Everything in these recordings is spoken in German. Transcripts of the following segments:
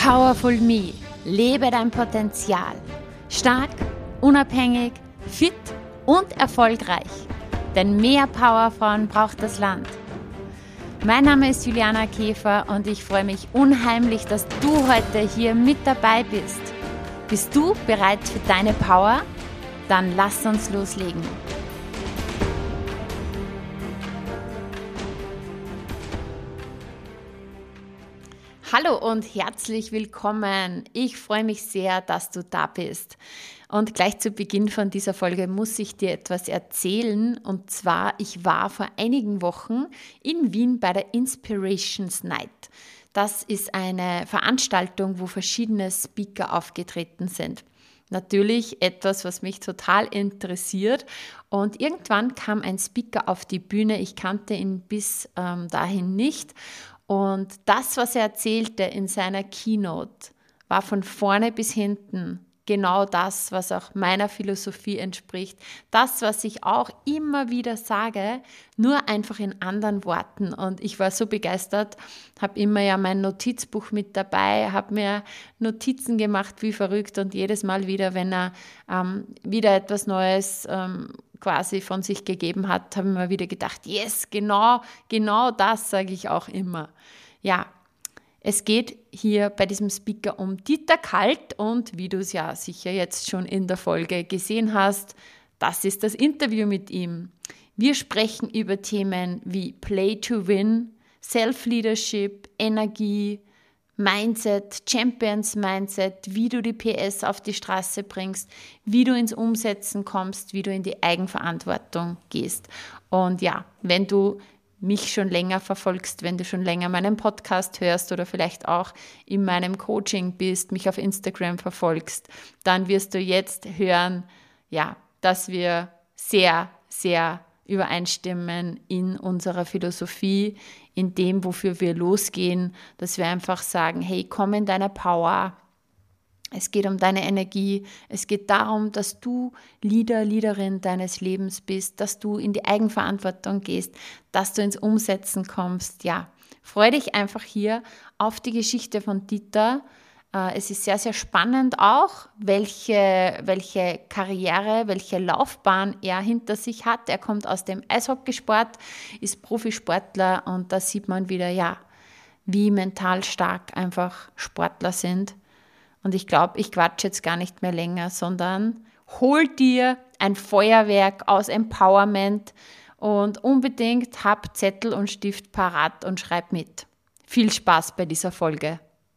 Powerful Me. Lebe dein Potenzial. Stark, unabhängig, fit und erfolgreich. Denn mehr Powerfrauen braucht das Land. Mein Name ist Juliana Käfer und ich freue mich unheimlich, dass du heute hier mit dabei bist. Bist du bereit für deine Power? Dann lass uns loslegen. Hallo und herzlich willkommen. Ich freue mich sehr, dass du da bist. Und gleich zu Beginn von dieser Folge muss ich dir etwas erzählen. Und zwar, ich war vor einigen Wochen in Wien bei der Inspirations Night. Das ist eine Veranstaltung, wo verschiedene Speaker aufgetreten sind. Natürlich etwas, was mich total interessiert. Und irgendwann kam ein Speaker auf die Bühne. Ich kannte ihn bis dahin nicht. Und das, was er erzählte in seiner Keynote, war von vorne bis hinten genau das, was auch meiner Philosophie entspricht. Das, was ich auch immer wieder sage, nur einfach in anderen Worten. Und ich war so begeistert, habe immer ja mein Notizbuch mit dabei, habe mir Notizen gemacht wie verrückt und jedes Mal wieder, wenn er wieder etwas Neues quasi von sich gegeben hat, habe ich mir wieder gedacht, yes, genau das sage ich auch immer. Ja, es geht hier bei diesem Speaker um Dieter Kalt und wie du es ja sicher jetzt schon in der Folge gesehen hast, das ist das Interview mit ihm. Wir sprechen über Themen wie Play to Win, Self-Leadership, Energie, Mindset, Champions Mindset, wie du die PS auf die Straße bringst, wie du ins Umsetzen kommst, wie du in die Eigenverantwortung gehst. Und ja, wenn du mich schon länger verfolgst, wenn du schon länger meinen Podcast hörst oder vielleicht auch in meinem Coaching bist, mich auf Instagram verfolgst, dann wirst du jetzt hören, ja, dass wir sehr, sehr übereinstimmen in unserer Philosophie, in dem, wofür wir losgehen, dass wir einfach sagen, hey, komm in deine Power. Es geht um deine Energie. Es geht darum, dass du Leaderin deines Lebens bist, dass du in die Eigenverantwortung gehst, dass du ins Umsetzen kommst. Ja, freu dich einfach hier auf die Geschichte von Dieter. Es ist sehr, sehr spannend auch, welche Karriere, welche Laufbahn er hinter sich hat. Er kommt aus dem Eishockeysport, ist Profisportler und da sieht man wieder, ja, wie mental stark einfach Sportler sind. Und ich glaube, ich quatsche jetzt gar nicht mehr länger, sondern hol dir ein Feuerwerk aus Empowerment und unbedingt hab Zettel und Stift parat und schreib mit. Viel Spaß bei dieser Folge.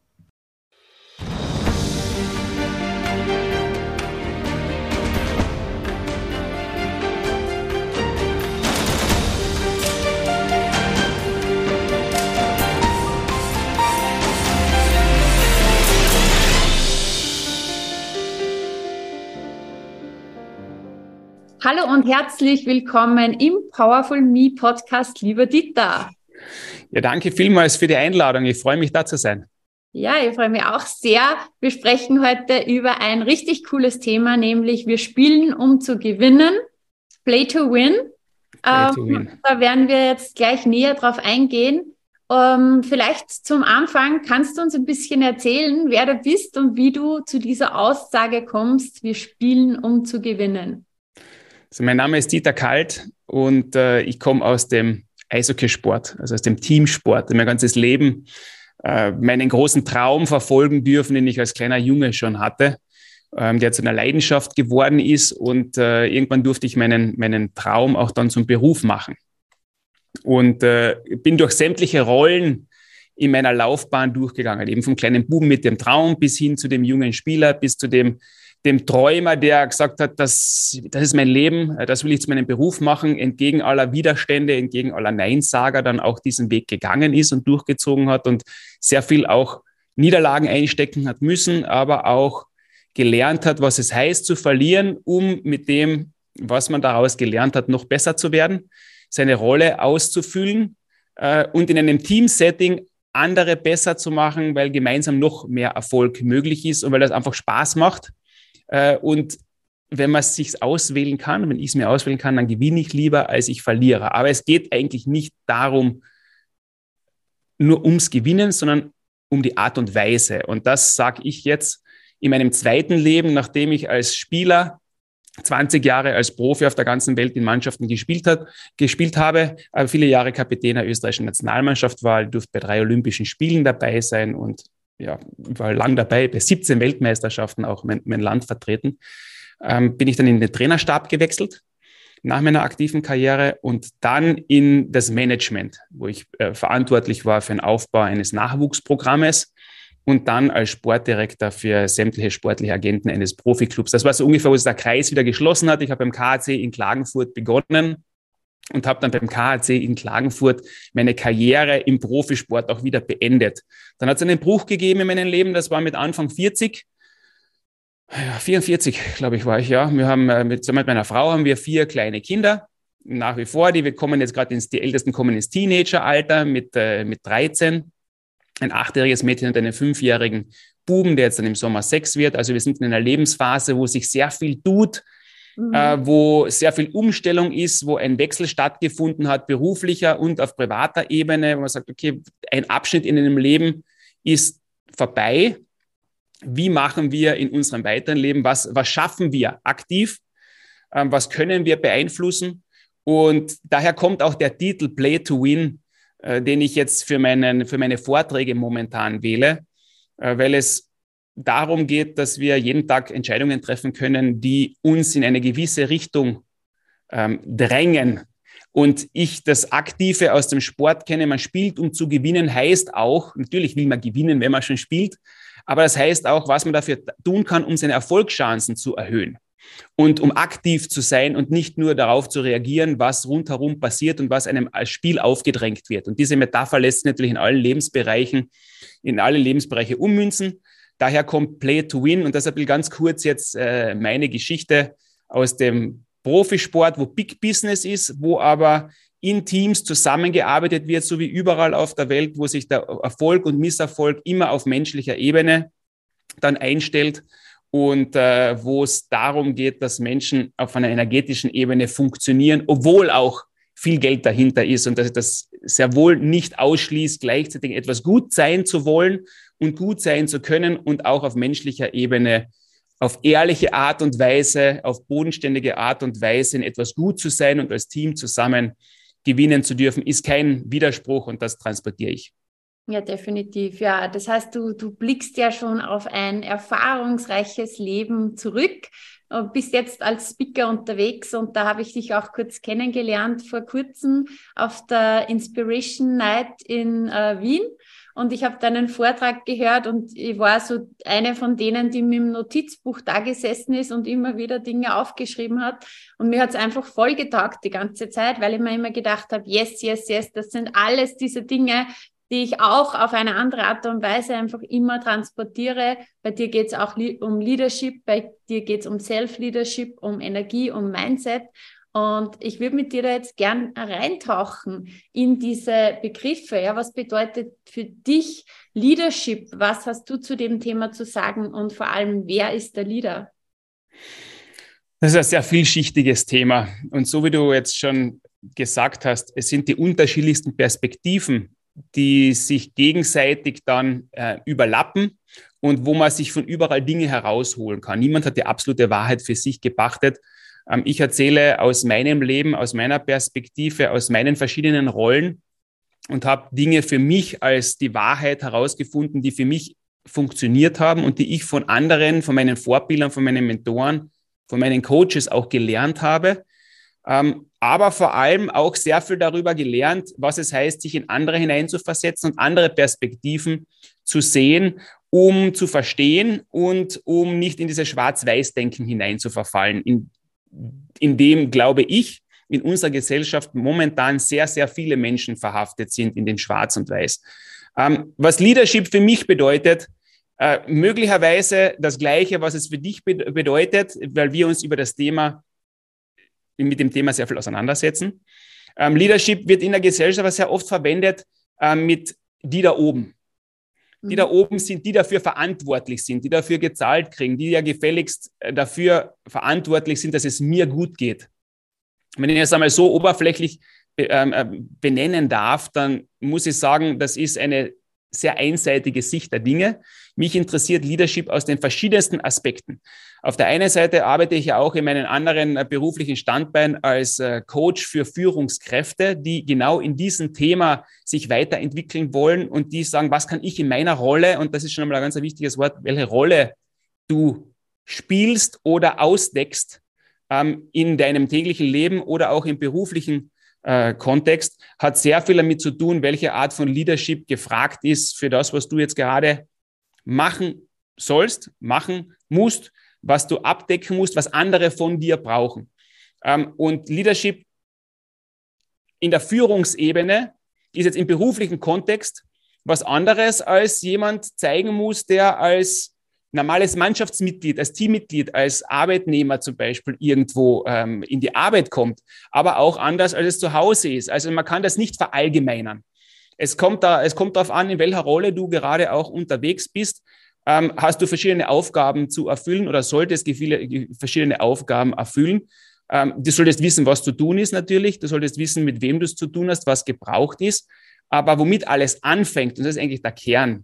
Hallo und herzlich willkommen im Powerful Me Podcast, lieber Dieter. Ja, danke vielmals für die Einladung. Ich freue mich, da zu sein. Ja, ich freue mich auch sehr. Wir sprechen heute über ein richtig cooles Thema, nämlich wir spielen, um zu gewinnen. Play to Win. Da werden wir jetzt gleich näher drauf eingehen. Vielleicht zum Anfang kannst du uns ein bisschen erzählen, wer du bist und wie du zu dieser Aussage kommst, wir spielen, um zu gewinnen. Also mein Name ist Dieter Kalt und ich komme aus dem Eishockeysport, also aus dem Teamsport. Mein ganzes Leben meinen großen Traum verfolgen dürfen, den ich als kleiner Junge schon hatte, der zu einer Leidenschaft geworden ist und irgendwann durfte ich meinen Traum auch dann zum Beruf machen. Und bin durch sämtliche Rollen in meiner Laufbahn durchgegangen, eben vom kleinen Buben mit dem Traum bis hin zu dem jungen Spieler, bis zu dem Träumer, der gesagt hat, das ist mein Leben, das will ich zu meinem Beruf machen, entgegen aller Widerstände, entgegen aller Neinsager dann auch diesen Weg gegangen ist und durchgezogen hat und sehr viel auch Niederlagen einstecken hat müssen, aber auch gelernt hat, was es heißt zu verlieren, um mit dem, was man daraus gelernt hat, noch besser zu werden, seine Rolle auszufüllen und in einem Teamsetting andere besser zu machen, weil gemeinsam noch mehr Erfolg möglich ist und weil das einfach Spaß macht. Und wenn man es sich auswählen kann, wenn ich es mir auswählen kann, dann gewinne ich lieber, als ich verliere. Aber es geht eigentlich nicht darum, nur ums Gewinnen, sondern um die Art und Weise. Und das sage ich jetzt in meinem zweiten Leben, nachdem ich als Spieler 20 Jahre als Profi auf der ganzen Welt in Mannschaften gespielt habe, aber viele Jahre Kapitän der österreichischen Nationalmannschaft war, durfte bei 3 Olympischen Spielen dabei sein und ja, war lang dabei, bei 17 Weltmeisterschaften auch mein Land vertreten. Bin ich dann in den Trainerstab gewechselt nach meiner aktiven Karriere und dann in das Management, wo ich verantwortlich war für den Aufbau eines Nachwuchsprogrammes und dann als Sportdirektor für sämtliche sportliche Agenten eines Profiklubs. Das war so ungefähr, wo sich der Kreis wieder geschlossen hat. Ich habe beim KAC in Klagenfurt begonnen und habe dann beim KAC in Klagenfurt meine Karriere im Profisport auch wieder beendet. Dann hat es einen Bruch gegeben in meinem Leben, das war mit Anfang 40. Ja, 44, glaube ich, war ich, ja. Wir haben mit meiner Frau haben wir 4 kleine Kinder. Nach wie vor, die Ältesten kommen ins Teenageralter mit 13. Ein 8-jähriges Mädchen und einen 5-jährigen Buben, der jetzt dann im Sommer 6 wird. Also wir sind in einer Lebensphase, wo sich sehr viel tut, wo sehr viel Umstellung ist, wo ein Wechsel stattgefunden hat, beruflicher und auf privater Ebene, wo man sagt, okay, ein Abschnitt in einem Leben ist vorbei. Wie machen wir in unserem weiteren Leben? Was schaffen wir aktiv? Was können wir beeinflussen? Und daher kommt auch der Titel Play to Win, den ich jetzt für meine Vorträge momentan wähle, weil es darum geht, dass wir jeden Tag Entscheidungen treffen können, die uns in eine gewisse Richtung drängen. Und ich das Aktive aus dem Sport kenne, man spielt, um zu gewinnen, heißt auch, natürlich will man gewinnen, wenn man schon spielt, aber das heißt auch, was man dafür tun kann, um seine Erfolgschancen zu erhöhen. Und um aktiv zu sein und nicht nur darauf zu reagieren, was rundherum passiert und was einem als Spiel aufgedrängt wird. Und diese Metapher lässt sich natürlich in alle Lebensbereiche ummünzen. Daher kommt Play to Win. Und deshalb will ich ganz kurz jetzt meine Geschichte aus dem Profisport, wo Big Business ist, wo aber in Teams zusammengearbeitet wird, so wie überall auf der Welt, wo sich der Erfolg und Misserfolg immer auf menschlicher Ebene dann einstellt. Und wo es darum geht, dass Menschen auf einer energetischen Ebene funktionieren, obwohl auch viel Geld dahinter ist und dass das sehr wohl nicht ausschließt, gleichzeitig etwas gut sein zu wollen und gut sein zu können und auch auf menschlicher Ebene auf ehrliche Art und Weise, auf bodenständige Art und Weise in etwas gut zu sein und als Team zusammen gewinnen zu dürfen, ist kein Widerspruch und das transportiere ich. Ja, definitiv. Ja, das heißt, du blickst ja schon auf ein erfahrungsreiches Leben zurück, bist jetzt als Speaker unterwegs und da habe ich dich auch kurz kennengelernt vor kurzem auf der Inspiration Night in Wien. Und ich habe deinen Vortrag gehört und ich war so eine von denen, die mit dem Notizbuch da gesessen ist und immer wieder Dinge aufgeschrieben hat. Und mir hat es einfach voll getaugt die ganze Zeit, weil ich mir immer gedacht habe, yes, yes, yes, das sind alles diese Dinge, die ich auch auf eine andere Art und Weise einfach immer transportiere. Bei dir geht es auch um Leadership, bei dir geht es um Self-Leadership, um Energie, um Mindset. Und ich würde mit dir da jetzt gern reintauchen in diese Begriffe. Ja, was bedeutet für dich Leadership? Was hast du zu dem Thema zu sagen? Und vor allem, wer ist der Leader? Das ist ein sehr vielschichtiges Thema. Und so wie du jetzt schon gesagt hast, es sind die unterschiedlichsten Perspektiven, die sich gegenseitig dann überlappen und wo man sich von überall Dinge herausholen kann. Niemand hat die absolute Wahrheit für sich gepachtet. Ich erzähle aus meinem Leben, aus meiner Perspektive, aus meinen verschiedenen Rollen und habe Dinge für mich als die Wahrheit herausgefunden, die für mich funktioniert haben und die ich von anderen, von meinen Vorbildern, von meinen Mentoren, von meinen Coaches auch gelernt habe. Aber vor allem auch sehr viel darüber gelernt, was es heißt, sich in andere hineinzuversetzen und andere Perspektiven zu sehen, um zu verstehen und um nicht in dieses Schwarz-Weiß-Denken hineinzuverfallen, in dem, glaube ich, in unserer Gesellschaft momentan sehr, sehr viele Menschen verhaftet sind in den Schwarz und Weiß. Was Leadership für mich bedeutet, möglicherweise das Gleiche, was es für dich bedeutet, weil wir uns mit dem Thema sehr viel auseinandersetzen. Leadership wird in der Gesellschaft sehr oft verwendet mit die da oben. Die da oben sind, die dafür verantwortlich sind, die dafür gezahlt kriegen, die ja gefälligst dafür verantwortlich sind, dass es mir gut geht. Wenn ich das einmal so oberflächlich benennen darf, dann muss ich sagen, das ist eine sehr einseitige Sicht der Dinge. Mich interessiert Leadership aus den verschiedensten Aspekten. Auf der einen Seite arbeite ich ja auch in meinen anderen beruflichen Standbein als Coach für Führungskräfte, die genau in diesem Thema sich weiterentwickeln wollen und die sagen, was kann ich in meiner Rolle, und das ist schon einmal ein ganz wichtiges Wort, welche Rolle du spielst oder ausdeckst in deinem täglichen Leben oder auch im beruflichen Kontext, hat sehr viel damit zu tun, welche Art von Leadership gefragt ist für das, was du jetzt gerade machen sollst, machen musst, was du abdecken musst, was andere von dir brauchen. Und Leadership in der Führungsebene ist jetzt im beruflichen Kontext was anderes, als jemand zeigen muss, der als normales Mannschaftsmitglied, als Teammitglied, als Arbeitnehmer zum Beispiel irgendwo in die Arbeit kommt, aber auch anders, als es zu Hause ist. Also man kann das nicht verallgemeinern. Es kommt darauf an, in welcher Rolle du gerade auch unterwegs bist. Hast du verschiedene Aufgaben zu erfüllen oder solltest verschiedene Aufgaben erfüllen. Du solltest wissen, was zu tun ist natürlich. Du solltest wissen, mit wem du es zu tun hast, was gebraucht ist. Aber womit alles anfängt, und das ist eigentlich der Kern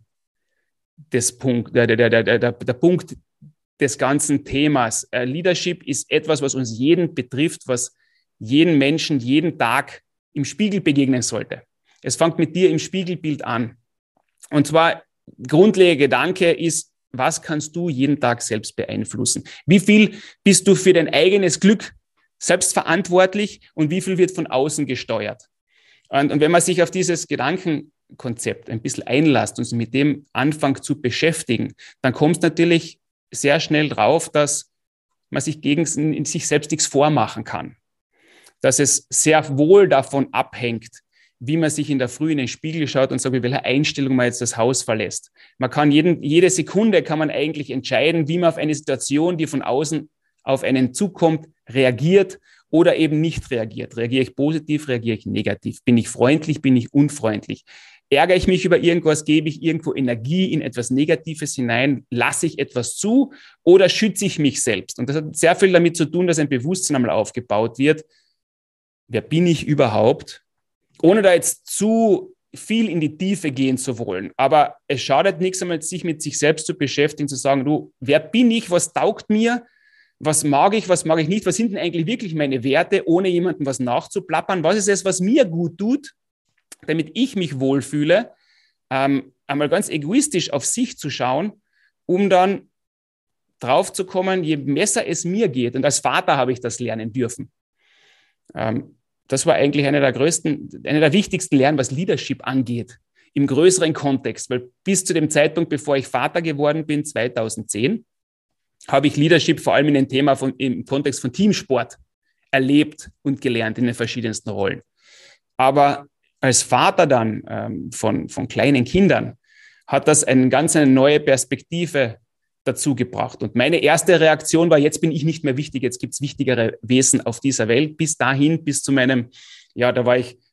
des Punkt, der Punkt des ganzen Themas. Leadership ist etwas, was uns jeden betrifft, was jeden Menschen jeden Tag im Spiegel begegnen sollte. Es fängt mit dir im Spiegelbild an. Und zwar, grundlegender Gedanke ist, was kannst du jeden Tag selbst beeinflussen? Wie viel bist du für dein eigenes Glück selbst verantwortlich und wie viel wird von außen gesteuert? Und wenn man sich auf dieses Gedankenkonzept ein bisschen einlässt und sich mit dem anfängt zu beschäftigen, dann kommt es natürlich sehr schnell drauf, dass man sich gegen sich selbst nichts vormachen kann. Dass es sehr wohl davon abhängt, wie man sich in der Früh in den Spiegel schaut und sagt, mit welcher Einstellung man jetzt das Haus verlässt. Man kann jede Sekunde kann man eigentlich entscheiden, wie man auf eine Situation, die von außen auf einen zukommt, reagiert oder eben nicht reagiert. Reagiere ich positiv, reagiere ich negativ? Bin ich freundlich, bin ich unfreundlich? Ärgere ich mich über irgendwas, gebe ich irgendwo Energie in etwas Negatives hinein, lasse ich etwas zu oder schütze ich mich selbst? Und das hat sehr viel damit zu tun, dass ein Bewusstsein einmal aufgebaut wird. Wer bin ich überhaupt? Ohne da jetzt zu viel in die Tiefe gehen zu wollen. Aber es schadet nichts einmal, sich mit sich selbst zu beschäftigen, zu sagen, du, wer bin ich, was taugt mir, was mag ich nicht, was sind denn eigentlich wirklich meine Werte, ohne jemandem was nachzuplappern, was ist es, was mir gut tut, damit ich mich wohlfühle, einmal ganz egoistisch auf sich zu schauen, um dann drauf zu kommen, je besser es mir geht, und als Vater habe ich das lernen dürfen. Das war eigentlich eine der wichtigsten Lernen, was Leadership angeht, im größeren Kontext, weil bis zu dem Zeitpunkt, bevor ich Vater geworden bin, 2010, habe ich Leadership vor allem in dem Thema im Kontext von Teamsport erlebt und gelernt in den verschiedensten Rollen. Aber als Vater dann von kleinen Kindern hat das eine neue Perspektive dazu gebracht. Und meine erste Reaktion war, jetzt bin ich nicht mehr wichtig, jetzt gibt es wichtigere Wesen auf dieser Welt. Bis dahin, bis zu meinem, da war ich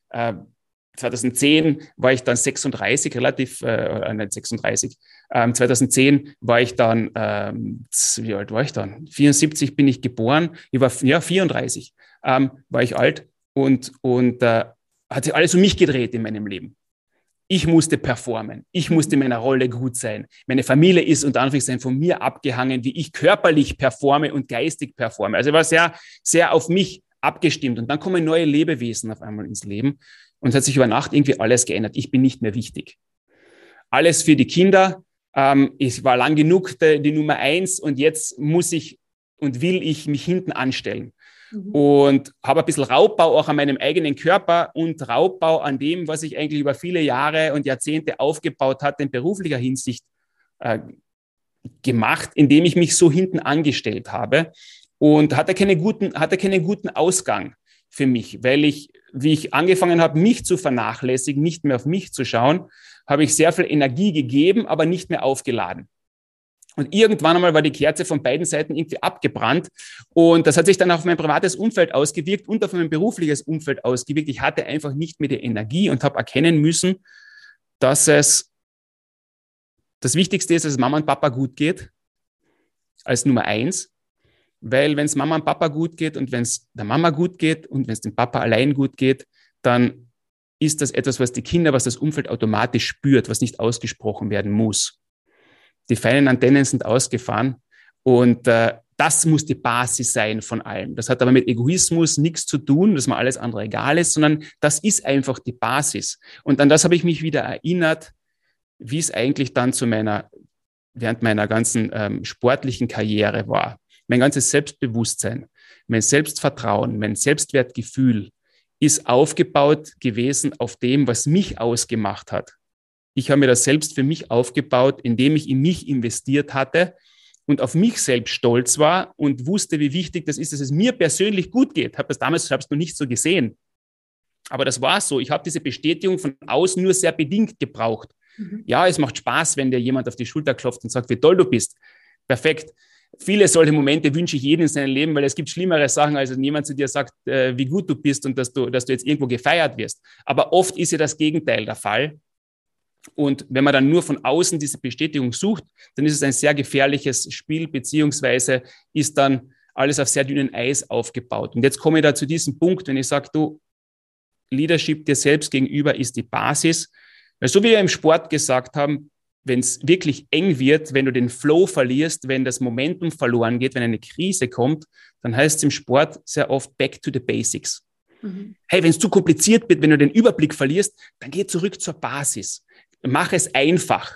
2010 war ich dann 36, nicht 36. 2010 war ich dann, wie alt war ich dann? 74 bin ich geboren. Ich war 34, war ich alt und hat sich alles um mich gedreht in meinem Leben. Ich musste performen. Ich musste in meiner Rolle gut sein. Meine Familie ist unter Anführungszeichen von mir abgehangen, wie ich körperlich performe und geistig performe. Also ich war sehr, sehr auf mich abgestimmt. Und dann kommen neue Lebewesen auf einmal ins Leben. Und es hat sich über Nacht irgendwie alles geändert. Ich bin nicht mehr wichtig. Alles für die Kinder. Ich war lang genug die Nummer 1 und jetzt muss ich und will ich mich hinten anstellen. Und habe ein bisschen Raubbau auch an meinem eigenen Körper und Raubbau an dem, was ich eigentlich über viele Jahre und Jahrzehnte aufgebaut hatte in beruflicher Hinsicht gemacht, indem ich mich so hinten angestellt habe und hatte keinen guten Ausgang für mich, weil wie ich angefangen habe, mich zu vernachlässigen, nicht mehr auf mich zu schauen, habe ich sehr viel Energie gegeben, aber nicht mehr aufgeladen. Und irgendwann einmal war die Kerze von beiden Seiten irgendwie abgebrannt. Und das hat sich dann auf mein privates Umfeld ausgewirkt und auf mein berufliches Umfeld ausgewirkt. Ich hatte einfach nicht mehr die Energie und habe erkennen müssen, dass es das Wichtigste ist, dass es Mama und Papa gut geht, als Nummer 1. Weil wenn es Mama und Papa gut geht und wenn es der Mama gut geht und wenn es dem Papa allein gut geht, dann ist das etwas, was die Kinder, was das Umfeld automatisch spürt, was nicht ausgesprochen werden muss. Die feinen Antennen sind ausgefahren und das muss die Basis sein von allem. Das hat aber mit Egoismus nichts zu tun, dass mir alles andere egal ist, sondern das ist einfach die Basis. Und an das habe ich mich wieder erinnert, wie es eigentlich dann während meiner ganzen sportlichen Karriere war. Mein ganzes Selbstbewusstsein, mein Selbstvertrauen, mein Selbstwertgefühl ist aufgebaut gewesen auf dem, was mich ausgemacht hat. Ich habe mir das selbst für mich aufgebaut, indem ich in mich investiert hatte und auf mich selbst stolz war und wusste, wie wichtig das ist, dass es mir persönlich gut geht. Ich habe das damals noch nicht so gesehen. Aber das war so. Ich habe diese Bestätigung von außen nur sehr bedingt gebraucht. Ja, es macht Spaß, wenn dir jemand auf die Schulter klopft und sagt, wie toll du bist. Perfekt. Viele solche Momente wünsche ich jedem in seinem Leben, weil es gibt schlimmere Sachen, als wenn jemand zu dir sagt, wie gut du bist und dass du jetzt irgendwo gefeiert wirst. Aber oft ist ja das Gegenteil der Fall. Und wenn man dann nur von außen diese Bestätigung sucht, dann ist es ein sehr gefährliches Spiel, beziehungsweise ist dann alles auf sehr dünnem Eis aufgebaut. Und jetzt komme ich da zu diesem Punkt, wenn ich sage, du, Leadership dir selbst gegenüber ist die Basis. Weil so wie wir im Sport gesagt haben, wenn es wirklich eng wird, wenn du den Flow verlierst, wenn das Momentum verloren geht, wenn eine Krise kommt, dann heißt es im Sport sehr oft back to the basics. Hey, wenn es zu kompliziert wird, wenn du den Überblick verlierst, dann geh zurück zur Basis. Mach es einfach.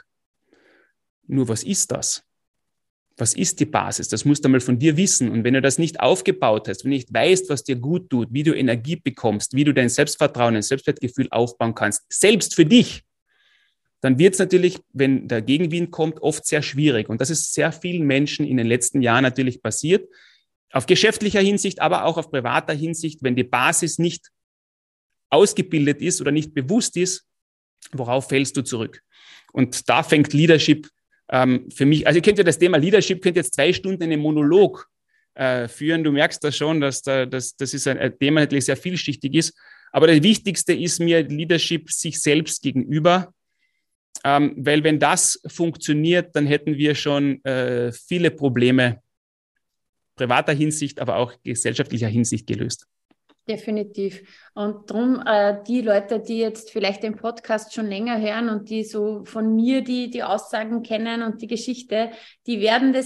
Nur was ist das? Was ist die Basis? Das musst du einmal von dir wissen. Und wenn du das nicht aufgebaut hast, wenn du nicht weißt, was dir gut tut, wie du Energie bekommst, wie du dein Selbstvertrauen, dein Selbstwertgefühl aufbauen kannst, selbst für dich, dann wird es natürlich, wenn der Gegenwind kommt, oft sehr schwierig. Und das ist sehr vielen Menschen in den letzten Jahren natürlich passiert. Auf geschäftlicher Hinsicht, aber auch auf privater Hinsicht, wenn die Basis nicht ausgebildet ist oder nicht bewusst ist, worauf fällst du zurück? Und da fängt Leadership für mich, also ihr könnt ja das Thema Leadership, könnt jetzt 2 Stunden in einem Monolog führen. Du merkst das schon, dass das ist ein Thema, das natürlich sehr vielschichtig ist. Aber das Wichtigste ist mir Leadership sich selbst gegenüber. Weil wenn das funktioniert, dann hätten wir schon viele Probleme privater Hinsicht, aber auch gesellschaftlicher Hinsicht gelöst. Definitiv. Und darum, die Leute, die jetzt vielleicht den Podcast schon länger hören und die so von mir die Aussagen kennen und die Geschichte, die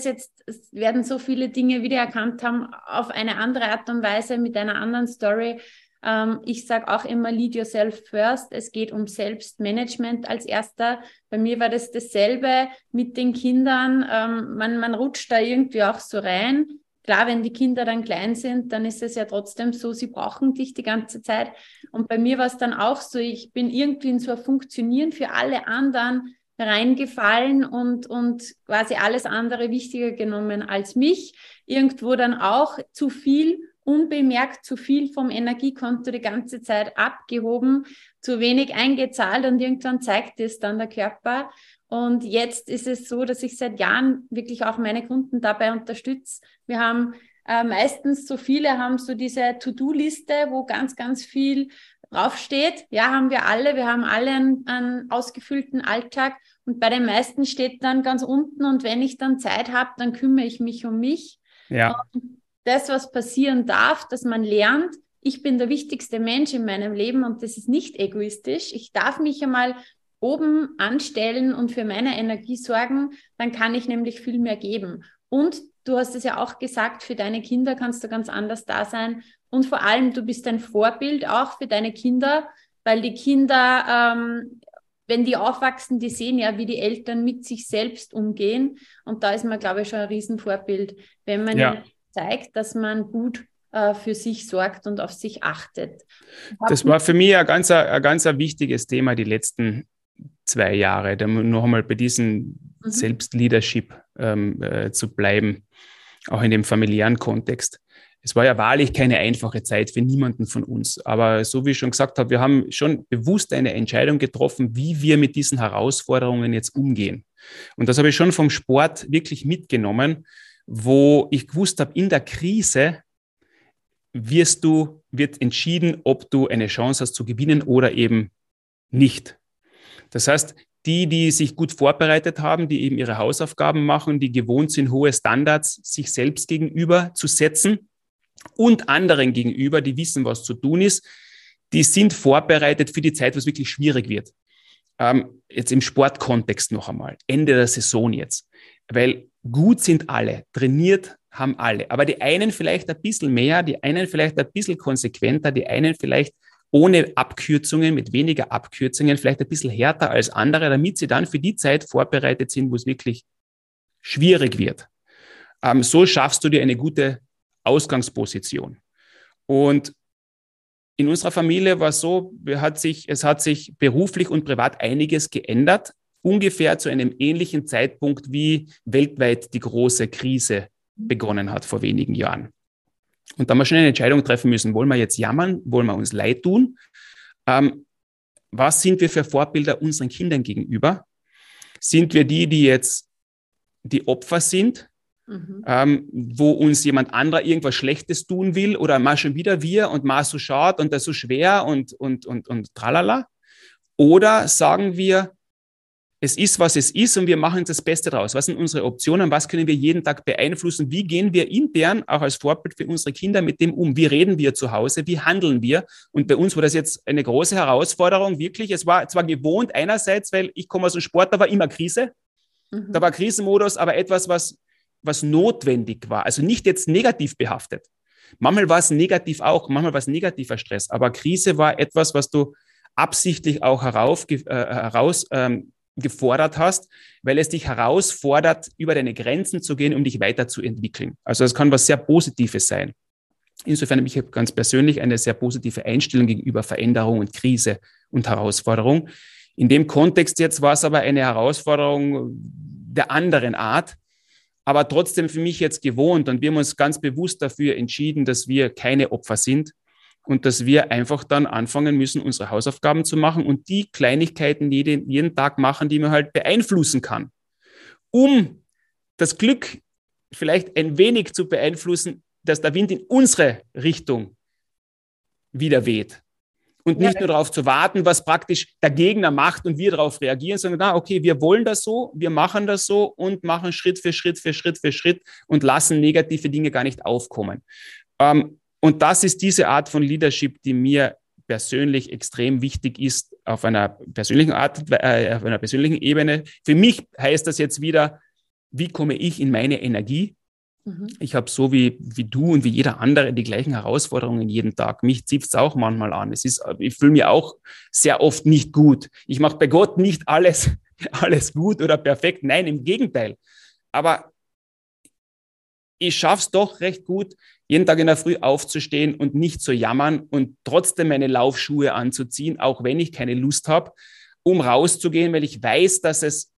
werden so viele Dinge wiedererkannt haben auf eine andere Art und Weise mit einer anderen Story. Ich sage auch immer, lead yourself first. Es geht um Selbstmanagement als erster. Bei mir war das dasselbe mit den Kindern. Man rutscht da irgendwie auch so rein. Klar, wenn die Kinder dann klein sind, dann ist es ja trotzdem so, sie brauchen dich die ganze Zeit. Und bei mir war es dann auch so, ich bin irgendwie in so ein Funktionieren für alle anderen reingefallen und quasi alles andere wichtiger genommen als mich. Irgendwo dann auch zu viel, unbemerkt zu viel vom Energiekonto die ganze Zeit abgehoben, zu wenig eingezahlt und irgendwann zeigt es dann der Körper. Und jetzt ist es so, dass ich seit Jahren wirklich auch meine Kunden dabei unterstütze. Wir haben meistens viele haben so diese To-Do-Liste, wo ganz, ganz viel draufsteht. Ja, haben wir alle. Wir haben alle einen ausgefüllten Alltag. Und bei den meisten steht dann ganz unten, und wenn ich dann Zeit habe, dann kümmere ich mich um mich. Ja. Und das, was passieren darf, dass man lernt, ich bin der wichtigste Mensch in meinem Leben und das ist nicht egoistisch. Ich darf mich einmal oben anstellen und für meine Energie sorgen, dann kann ich nämlich viel mehr geben. Und du hast es ja auch gesagt, für deine Kinder kannst du ganz anders da sein. Und vor allem, du bist ein Vorbild auch für deine Kinder, weil die Kinder, wenn die aufwachsen, die sehen ja, wie die Eltern mit sich selbst umgehen. Und da ist man, glaube ich, schon ein Riesenvorbild, wenn man ihnen zeigt, dass man gut für sich sorgt und auf sich achtet. Das war für mich ein ganz wichtiges Thema die letzten 2 Jahre, noch einmal bei diesem Selbstleadership zu bleiben, auch in dem familiären Kontext. Es war ja wahrlich keine einfache Zeit für niemanden von uns. Aber so wie ich schon gesagt habe, wir haben schon bewusst eine Entscheidung getroffen, wie wir mit diesen Herausforderungen jetzt umgehen. Und das habe ich schon vom Sport wirklich mitgenommen, wo ich gewusst habe, in der Krise wird entschieden, ob du eine Chance hast zu gewinnen oder eben nicht. Das heißt, die sich gut vorbereitet haben, die eben ihre Hausaufgaben machen, die gewohnt sind, hohe Standards sich selbst gegenüber zu setzen und anderen gegenüber, die wissen, was zu tun ist, die sind vorbereitet für die Zeit, wo es wirklich schwierig wird. Jetzt im Sportkontext noch einmal, Ende der Saison jetzt, weil gut sind alle, trainiert haben alle, aber die einen vielleicht ein bisschen mehr, die einen vielleicht ein bisschen konsequenter, die einen vielleicht ohne Abkürzungen, mit weniger Abkürzungen, vielleicht ein bisschen härter als andere, damit sie dann für die Zeit vorbereitet sind, wo es wirklich schwierig wird. So schaffst du dir eine gute Ausgangsposition. Und in unserer Familie war es so, es hat sich beruflich und privat einiges geändert, ungefähr zu einem ähnlichen Zeitpunkt, wie weltweit die große Krise begonnen hat vor wenigen Jahren. Und da haben wir schon eine Entscheidung treffen müssen, wollen wir jetzt jammern, wollen wir uns leid tun? Was sind wir für Vorbilder unseren Kindern gegenüber? Sind wir die jetzt die Opfer sind, wo uns jemand anderer irgendwas Schlechtes tun will oder mal schon wieder wir und mal so schaut und das so schwer und tralala? Oder sagen wir, es ist, was es ist und wir machen das Beste draus. Was sind unsere Optionen? Was können wir jeden Tag beeinflussen? Wie gehen wir intern, auch als Vorbild für unsere Kinder, mit dem um? Wie reden wir zu Hause? Wie handeln wir? Und bei uns war das jetzt eine große Herausforderung, wirklich. Es war zwar gewohnt einerseits, weil ich komme aus dem Sport, da war immer Krise. Da war Krisenmodus, aber etwas, was notwendig war. Also nicht jetzt negativ behaftet. Manchmal war es negativ auch, manchmal war es negativer Stress. Aber Krise war etwas, was du absichtlich auch gefordert hast, weil es dich herausfordert, über deine Grenzen zu gehen, um dich weiterzuentwickeln. Also das kann was sehr Positives sein. Insofern habe ich ganz persönlich eine sehr positive Einstellung gegenüber Veränderung und Krise und Herausforderung. In dem Kontext jetzt war es aber eine Herausforderung der anderen Art, aber trotzdem für mich jetzt gewohnt. Und wir haben uns ganz bewusst dafür entschieden, dass wir keine Opfer sind und dass wir einfach dann anfangen müssen, unsere Hausaufgaben zu machen und die Kleinigkeiten jeden Tag machen, die man halt beeinflussen kann. Um das Glück vielleicht ein wenig zu beeinflussen, dass der Wind in unsere Richtung wieder weht. Und nicht nur darauf zu warten, was praktisch der Gegner macht und wir darauf reagieren, sondern okay, wir wollen das so, wir machen das so und machen Schritt für Schritt für Schritt für Schritt und lassen negative Dinge gar nicht aufkommen. Und das ist diese Art von Leadership, die mir persönlich extrem wichtig ist auf einer persönlichen Art, auf einer persönlichen Ebene. Für mich heißt das jetzt wieder, wie komme ich in meine Energie? Ich habe so wie du und wie jeder andere die gleichen Herausforderungen jeden Tag. Mich zieht es auch manchmal an. Ich fühle mich auch sehr oft nicht gut. Ich mache bei Gott nicht alles gut oder perfekt. Nein, im Gegenteil. Aber ich schaffe es doch recht gut, jeden Tag in der Früh aufzustehen und nicht zu jammern und trotzdem meine Laufschuhe anzuziehen, auch wenn ich keine Lust habe, um rauszugehen, weil ich weiß, dass es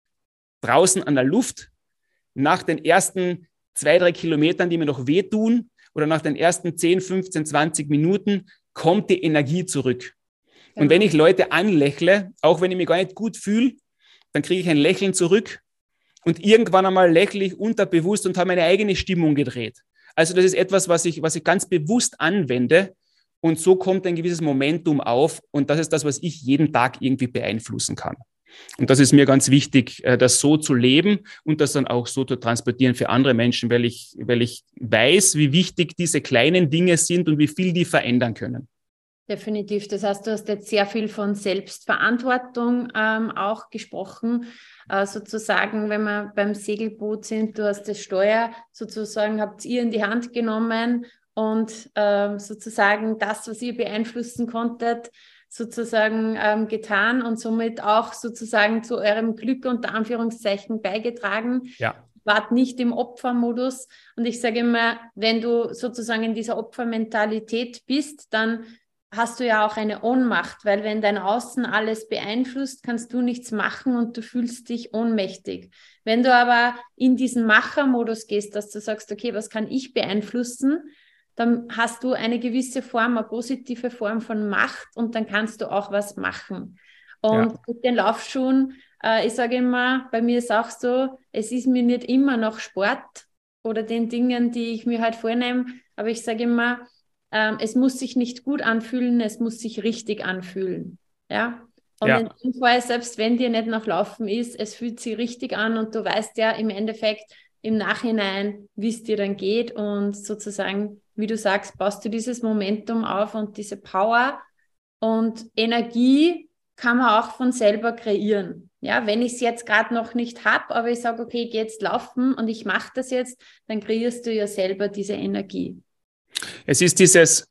draußen an der Luft nach den ersten 2-3 Kilometern, die mir noch wehtun, oder nach den ersten 10, 15, 20 Minuten kommt die Energie zurück. Genau. Und wenn ich Leute anlächle, auch wenn ich mich gar nicht gut fühle, dann kriege ich ein Lächeln zurück und irgendwann einmal lächle ich unterbewusst und habe meine eigene Stimmung gedreht. Also das ist etwas, was ich ganz bewusst anwende und so kommt ein gewisses Momentum auf und das ist das, was ich jeden Tag irgendwie beeinflussen kann. Und das ist mir ganz wichtig, das so zu leben und das dann auch so zu transportieren für andere Menschen, weil ich weiß, wie wichtig diese kleinen Dinge sind und wie viel die verändern können. Definitiv. Das heißt, du hast jetzt sehr viel von Selbstverantwortung auch gesprochen. Sozusagen, wenn wir beim Segelboot sind, du hast das Steuer sozusagen, habt ihr in die Hand genommen und sozusagen das, was ihr beeinflussen konntet, sozusagen getan und somit auch sozusagen zu eurem Glück unter Anführungszeichen beigetragen. Ja. Wart nicht im Opfermodus. Und ich sage immer, wenn du sozusagen in dieser Opfermentalität bist, dann hast du ja auch eine Ohnmacht, weil wenn dein Außen alles beeinflusst, kannst du nichts machen und du fühlst dich ohnmächtig. Wenn du aber in diesen Machermodus gehst, dass du sagst, okay, was kann ich beeinflussen, dann hast du eine gewisse Form, eine positive Form von Macht und dann kannst du auch was machen. Und mit den Laufschuhen, ich sage immer, bei mir ist auch so, es ist mir nicht immer noch Sport oder den Dingen, die ich mir halt vornehme, aber ich sage immer, es muss sich nicht gut anfühlen, es muss sich richtig anfühlen. Ja? Und in dem Fall, selbst wenn dir nicht nach Laufen ist, es fühlt sich richtig an und du weißt ja im Endeffekt im Nachhinein, wie es dir dann geht und sozusagen, wie du sagst, baust du dieses Momentum auf und diese Power Und Energie kann man auch von selber kreieren. Ja, wenn ich es jetzt gerade noch nicht habe, aber ich sage, okay, ich gehe jetzt laufen und ich mache das jetzt, dann kreierst du ja selber diese Energie. Es ist dieses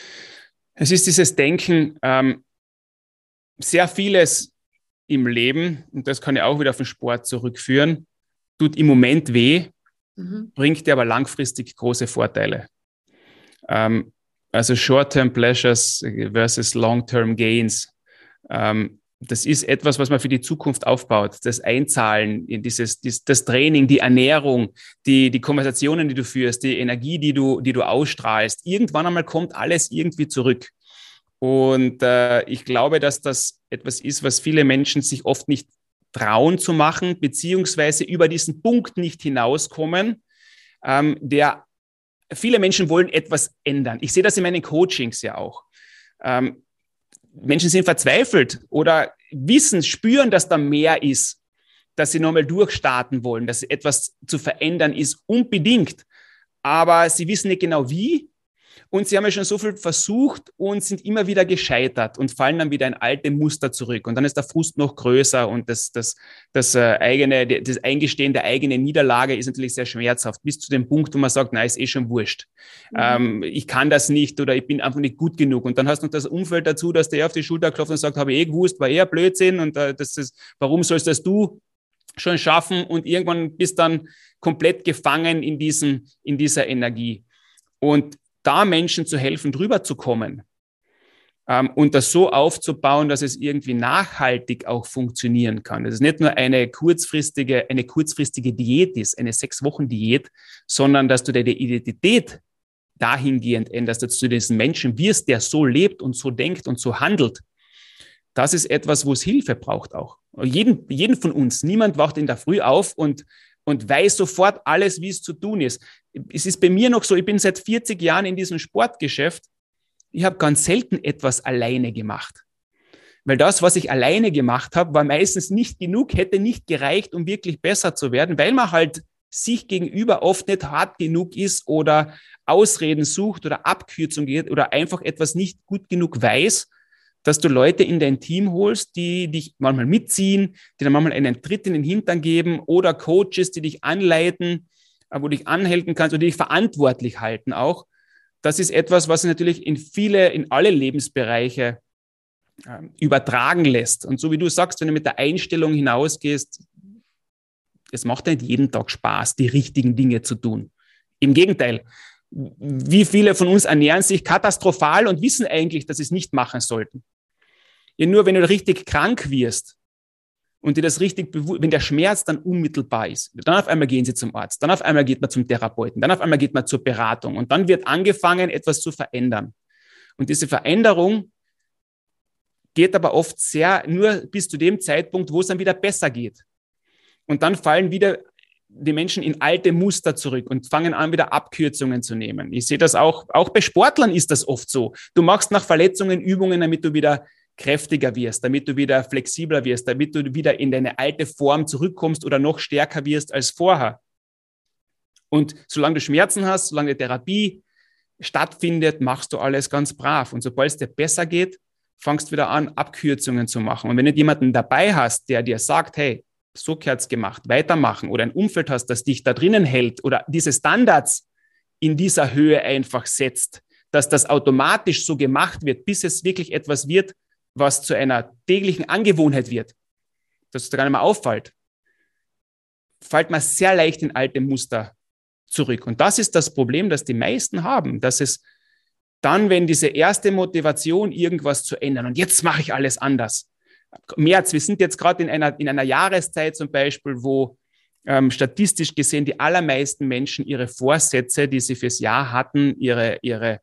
Denken, sehr vieles im Leben, und das kann ich auch wieder auf den Sport zurückführen, tut im Moment weh, bringt dir aber langfristig große Vorteile. Also Short-Term Pleasures versus Long-Term Gains. Das ist etwas, was man für die Zukunft aufbaut. Das Einzahlen in das Training, die Ernährung, die Konversationen, die du führst, die Energie, die du ausstrahlst. Irgendwann einmal kommt alles irgendwie zurück. Und ich glaube, dass das etwas ist, was viele Menschen sich oft nicht trauen zu machen, beziehungsweise über diesen Punkt nicht hinauskommen, der viele Menschen wollen etwas ändern. Ich sehe das in meinen Coachings ja auch. Menschen sind verzweifelt oder spüren, dass da mehr ist, dass sie nochmal durchstarten wollen, dass etwas zu verändern ist, unbedingt. Aber sie wissen nicht genau wie. Und sie haben ja schon so viel versucht und sind immer wieder gescheitert und fallen dann wieder in alte Muster zurück. Und dann ist der Frust noch größer und das Eingestehen der eigenen Niederlage ist natürlich sehr schmerzhaft, bis zu dem Punkt, wo man sagt, nein, ist eh schon wurscht. Ich kann das nicht oder ich bin einfach nicht gut genug. Und dann hast du noch das Umfeld dazu, dass der auf die Schulter klopft und sagt, habe ich eh gewusst, war eher Blödsinn und warum sollst das du schon schaffen? Und irgendwann bist dann komplett gefangen in dieser Energie. Und da Menschen zu helfen, drüber zu kommen und das so aufzubauen, dass es irgendwie nachhaltig auch funktionieren kann. Dass es nicht nur eine kurzfristige Diät ist, eine 6-Wochen-Diät, sondern dass du deine Identität dahingehend änderst, dass du diesen Menschen wirst, der so lebt und so denkt und so handelt. Das ist etwas, wo es Hilfe braucht auch. Jeden von uns. Niemand wacht in der Früh auf und weiß sofort alles, wie es zu tun ist. Es ist bei mir noch so, ich bin seit 40 Jahren in diesem Sportgeschäft. Ich habe ganz selten etwas alleine gemacht. Weil das, was ich alleine gemacht habe, war meistens nicht genug, hätte nicht gereicht, um wirklich besser zu werden, weil man halt sich gegenüber oft nicht hart genug ist oder Ausreden sucht oder Abkürzung geht oder einfach etwas nicht gut genug weiß, dass du Leute in dein Team holst, die dich manchmal mitziehen, die dann manchmal einen Tritt in den Hintern geben oder Coaches, die dich anleiten, wo du dich anhalten kannst oder die dich verantwortlich halten auch. Das ist etwas, was sich natürlich in alle Lebensbereiche übertragen lässt. Und so wie du sagst, wenn du mit der Einstellung hinausgehst, es macht nicht jeden Tag Spaß, die richtigen Dinge zu tun. Im Gegenteil, wie viele von uns ernähren sich katastrophal und wissen eigentlich, dass sie es nicht machen sollten. Ja, nur wenn du richtig krank wirst und dir das wenn der Schmerz dann unmittelbar ist, dann auf einmal gehen sie zum Arzt, dann auf einmal geht man zum Therapeuten, dann auf einmal geht man zur Beratung und dann wird angefangen, etwas zu verändern. Und diese Veränderung geht aber oft nur bis zu dem Zeitpunkt, wo es dann wieder besser geht. Und dann fallen wieder die Menschen in alte Muster zurück und fangen an, wieder Abkürzungen zu nehmen. Ich sehe das auch bei Sportlern ist das oft so. Du machst nach Verletzungen Übungen, damit du wieder kräftiger wirst, damit du wieder flexibler wirst, damit du wieder in deine alte Form zurückkommst oder noch stärker wirst als vorher. Und solange du Schmerzen hast, solange die Therapie stattfindet, machst du alles ganz brav. Und sobald es dir besser geht, fangst du wieder an, Abkürzungen zu machen. Und wenn du jemanden dabei hast, der dir sagt, hey, so gehört's gemacht, weitermachen oder ein Umfeld hast, das dich da drinnen hält oder diese Standards in dieser Höhe einfach setzt, dass das automatisch so gemacht wird, bis es wirklich etwas wird, was zu einer täglichen Angewohnheit wird, dass es da gar nicht mehr auffällt, fällt man sehr leicht in alte Muster zurück. Und das ist das Problem, das die meisten haben, dass es dann, wenn diese erste Motivation, irgendwas zu ändern, und jetzt mache ich alles anders. März, wir sind jetzt gerade in einer Jahreszeit zum Beispiel, wo statistisch gesehen die allermeisten Menschen ihre Vorsätze, die sie fürs Jahr hatten, ihre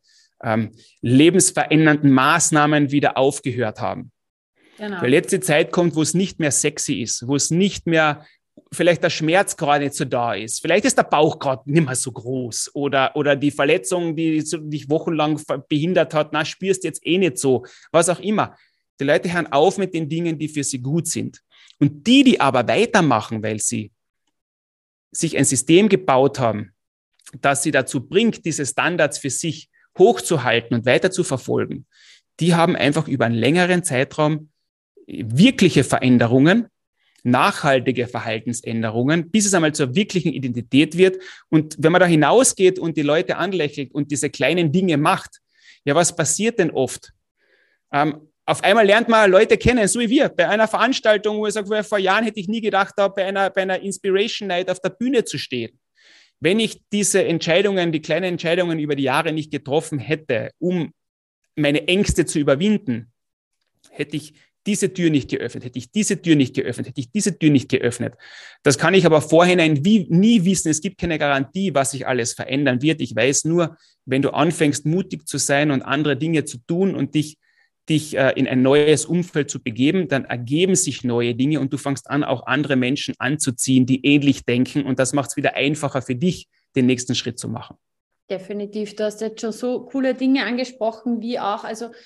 lebensverändernden Maßnahmen wieder aufgehört haben. Genau. Weil jetzt die Zeit kommt, wo es nicht mehr sexy ist, wo es nicht mehr, vielleicht der Schmerz gerade nicht so da ist, vielleicht ist der Bauch gerade nicht mehr so groß oder die Verletzung, die dich wochenlang behindert hat, spürst jetzt eh nicht so, was auch immer. Die Leute hören auf mit den Dingen, die für sie gut sind. Und die aber weitermachen, weil sie sich ein System gebaut haben, das sie dazu bringt, diese Standards für sich hochzuhalten und weiter zu verfolgen, die haben einfach über einen längeren Zeitraum wirkliche Veränderungen, nachhaltige Verhaltensänderungen, bis es einmal zur wirklichen Identität wird. Und wenn man da hinausgeht und die Leute anlächelt und diese kleinen Dinge macht, ja, was passiert denn oft? Auf einmal lernt man Leute kennen, so wie wir, bei einer Veranstaltung, wo ich sage, vor Jahren hätte ich nie gedacht, da bei einer Inspiration Night auf der Bühne zu stehen. Wenn ich diese Entscheidungen, die kleinen Entscheidungen über die Jahre nicht getroffen hätte, um meine Ängste zu überwinden, hätte ich diese Tür nicht geöffnet, hätte ich diese Tür nicht geöffnet, hätte ich diese Tür nicht geöffnet. Das kann ich aber vorhinein nie wissen. Es gibt keine Garantie, was sich alles verändern wird. Ich weiß nur, wenn du anfängst, mutig zu sein und andere Dinge zu tun und dich in ein neues Umfeld zu begeben, dann ergeben sich neue Dinge und du fängst an, auch andere Menschen anzuziehen, die ähnlich denken, und das macht es wieder einfacher für dich, den nächsten Schritt zu machen. Definitiv. Du hast jetzt schon so coole Dinge angesprochen, wie auch,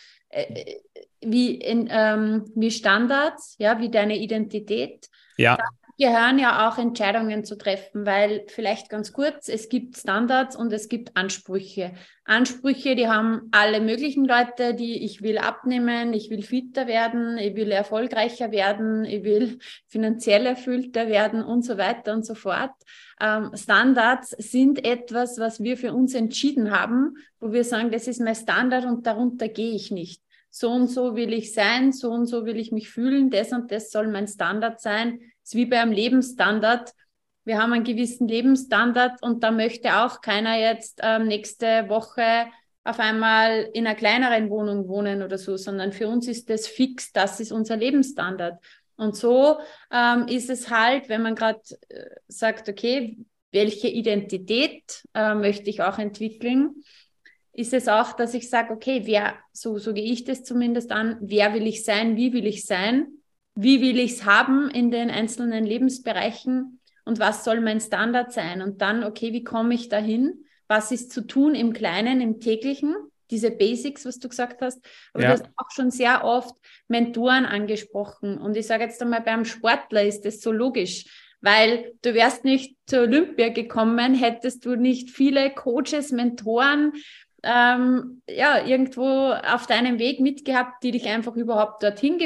wie Standards, ja, wie deine Identität. Ja. Da gehören ja auch Entscheidungen zu treffen, weil vielleicht ganz kurz, es gibt Standards und es gibt Ansprüche. Ansprüche, die haben alle möglichen Leute, ich will abnehmen, ich will fitter werden, ich will erfolgreicher werden, ich will finanziell erfüllter werden und so weiter und so fort. Standards sind etwas, was wir für uns entschieden haben, wo wir sagen, das ist mein Standard und darunter gehe ich nicht. So und so will ich sein, so und so will ich mich fühlen, das und das soll mein Standard sein. Das ist wie bei einem Lebensstandard. Wir haben einen gewissen Lebensstandard und da möchte auch keiner jetzt nächste Woche auf einmal in einer kleineren Wohnung wohnen oder so, sondern für uns ist das fix, das ist unser Lebensstandard. Und so ist es halt, wenn man gerade sagt, okay, welche Identität möchte ich auch entwickeln, ist es auch, dass ich sage, okay, so gehe ich das zumindest an, wer will ich sein, wie will ich sein, wie will ich es haben in den einzelnen Lebensbereichen und was soll mein Standard sein? Und dann, okay, wie komme ich dahin? Was ist zu tun im Kleinen, im Täglichen? Diese Basics, was du gesagt hast. Aber du hast auch schon sehr oft Mentoren angesprochen. Und ich sage jetzt einmal, beim Sportler ist das so logisch, weil du wärst nicht zur Olympia gekommen, hättest du nicht viele Coaches, Mentoren, irgendwo auf deinem Weg mitgehabt, die dich einfach überhaupt dorthin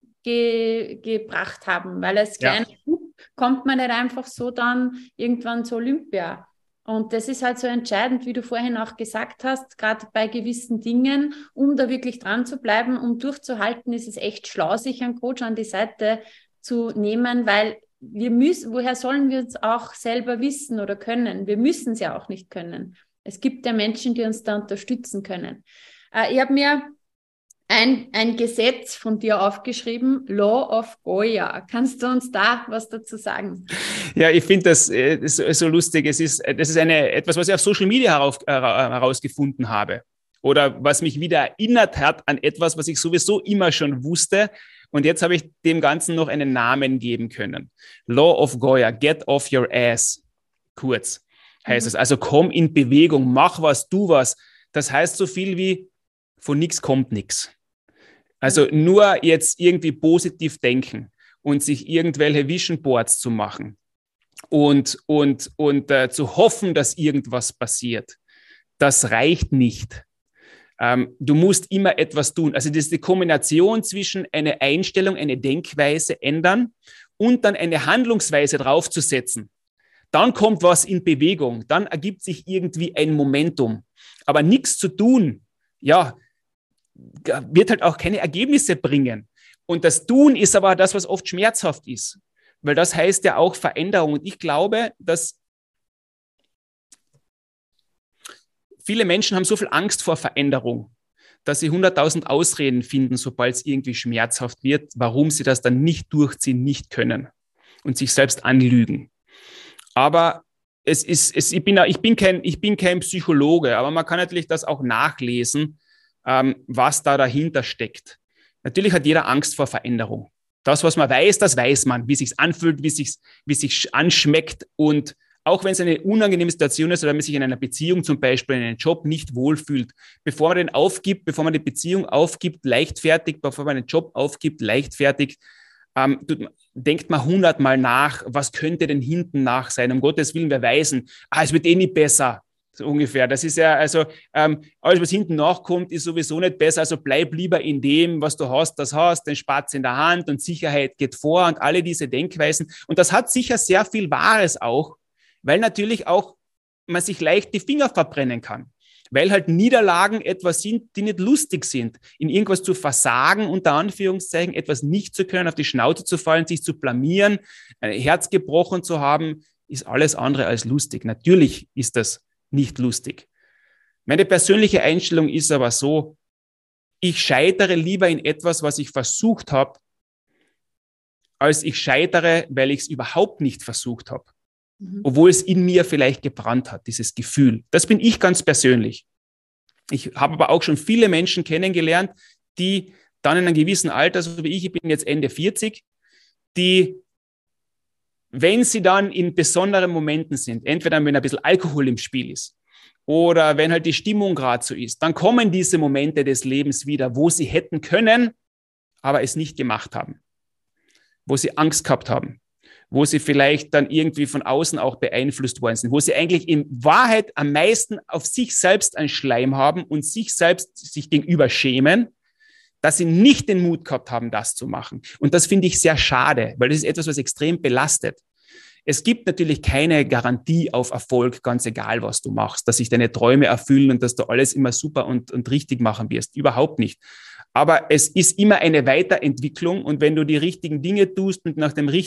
gebracht haben, weil als kleiner Bub kommt man nicht einfach so dann irgendwann zur Olympia. Und das ist halt so entscheidend, wie du vorhin auch gesagt hast, gerade bei gewissen Dingen, um da wirklich dran zu bleiben, um durchzuhalten, ist es echt schlau, sich einen Coach an die Seite zu nehmen, weil woher sollen wir es auch selber wissen oder können? Wir müssen es ja auch nicht können. Es gibt ja Menschen, die uns da unterstützen können. Ich habe mir ein Gesetz von dir aufgeschrieben, Law of Goya. Kannst du uns da was dazu sagen? Ja, ich finde das so lustig. Das ist etwas, was ich auf Social Media herausgefunden habe. Oder was mich wieder erinnert hat an etwas, was ich sowieso immer schon wusste. Und jetzt habe ich dem Ganzen noch einen Namen geben können. Law of Goya, get off your ass. Kurz heißt es. Also komm in Bewegung, mach was, tu was. Das heißt so viel wie, von nichts kommt nichts. Also nur jetzt irgendwie positiv denken und sich irgendwelche Vision Boards zu machen und zu hoffen, dass irgendwas passiert. Das reicht nicht. Du musst immer etwas tun. Also das ist die Kombination zwischen eine Einstellung, eine Denkweise ändern und dann eine Handlungsweise draufzusetzen. Dann kommt was in Bewegung, dann ergibt sich irgendwie ein Momentum. Aber nichts zu tun, ja, wird halt auch keine Ergebnisse bringen. Und das Tun ist aber das, was oft schmerzhaft ist, weil das heißt ja auch Veränderung. Und ich glaube, dass viele Menschen haben so viel Angst vor Veränderung, dass sie 100.000 Ausreden finden, sobald es irgendwie schmerzhaft wird, warum sie das dann nicht durchziehen, nicht können und sich selbst anlügen. Aber ich bin kein Psychologe, aber man kann natürlich das auch nachlesen, was da dahinter steckt. Natürlich hat jeder Angst vor Veränderung. Das, was man weiß, das weiß man, wie es sich anfühlt, wie es sich anschmeckt. Und auch wenn es eine unangenehme Situation ist oder man sich in einer Beziehung zum Beispiel in einem Job nicht wohlfühlt, bevor man den aufgibt, bevor man die Beziehung aufgibt, leichtfertig, bevor man den Job aufgibt, leichtfertig, denkt man 100-mal nach, was könnte denn hinten nach sein? Um Gottes Willen, wir weisen, es wird eh nie besser. so ungefähr. Das ist ja, also alles, was hinten nachkommt, ist sowieso nicht besser. Also bleib lieber in dem, was du hast, das hast, den Spatz in der Hand und Sicherheit geht vor und alle diese Denkweisen. Und das hat sicher sehr viel Wahres auch, weil natürlich auch man sich leicht die Finger verbrennen kann. Weil halt Niederlagen etwas sind, die nicht lustig sind. In irgendwas zu versagen, unter Anführungszeichen, etwas nicht zu können, auf die Schnauze zu fallen, sich zu blamieren, ein Herz gebrochen zu haben, ist alles andere als lustig. Natürlich ist das nicht lustig. Meine persönliche Einstellung ist aber so, ich scheitere lieber in etwas, was ich versucht habe, als ich scheitere, weil ich es überhaupt nicht versucht habe. Obwohl es in mir vielleicht gebrannt hat, dieses Gefühl. Das bin ich ganz persönlich. Ich habe aber auch schon viele Menschen kennengelernt, die dann in einem gewissen Alter, so wie ich bin jetzt Ende 40, die, wenn sie dann in besonderen Momenten sind, entweder wenn ein bisschen Alkohol im Spiel ist oder wenn halt die Stimmung gerade so ist, dann kommen diese Momente des Lebens wieder, wo sie hätten können, aber es nicht gemacht haben, wo sie Angst gehabt haben, wo sie vielleicht dann irgendwie von außen auch beeinflusst worden sind, wo sie eigentlich in Wahrheit am meisten auf sich selbst einen Schleim haben und sich selbst sich gegenüber schämen, dass sie nicht den Mut gehabt haben, das zu machen. Und das finde ich sehr schade, weil das ist etwas, was extrem belastet. Es gibt natürlich keine Garantie auf Erfolg, ganz egal, was du machst, dass sich deine Träume erfüllen und dass du alles immer super und richtig machen wirst. Überhaupt nicht. Aber es ist immer eine Weiterentwicklung und wenn du die richtigen Dinge tust und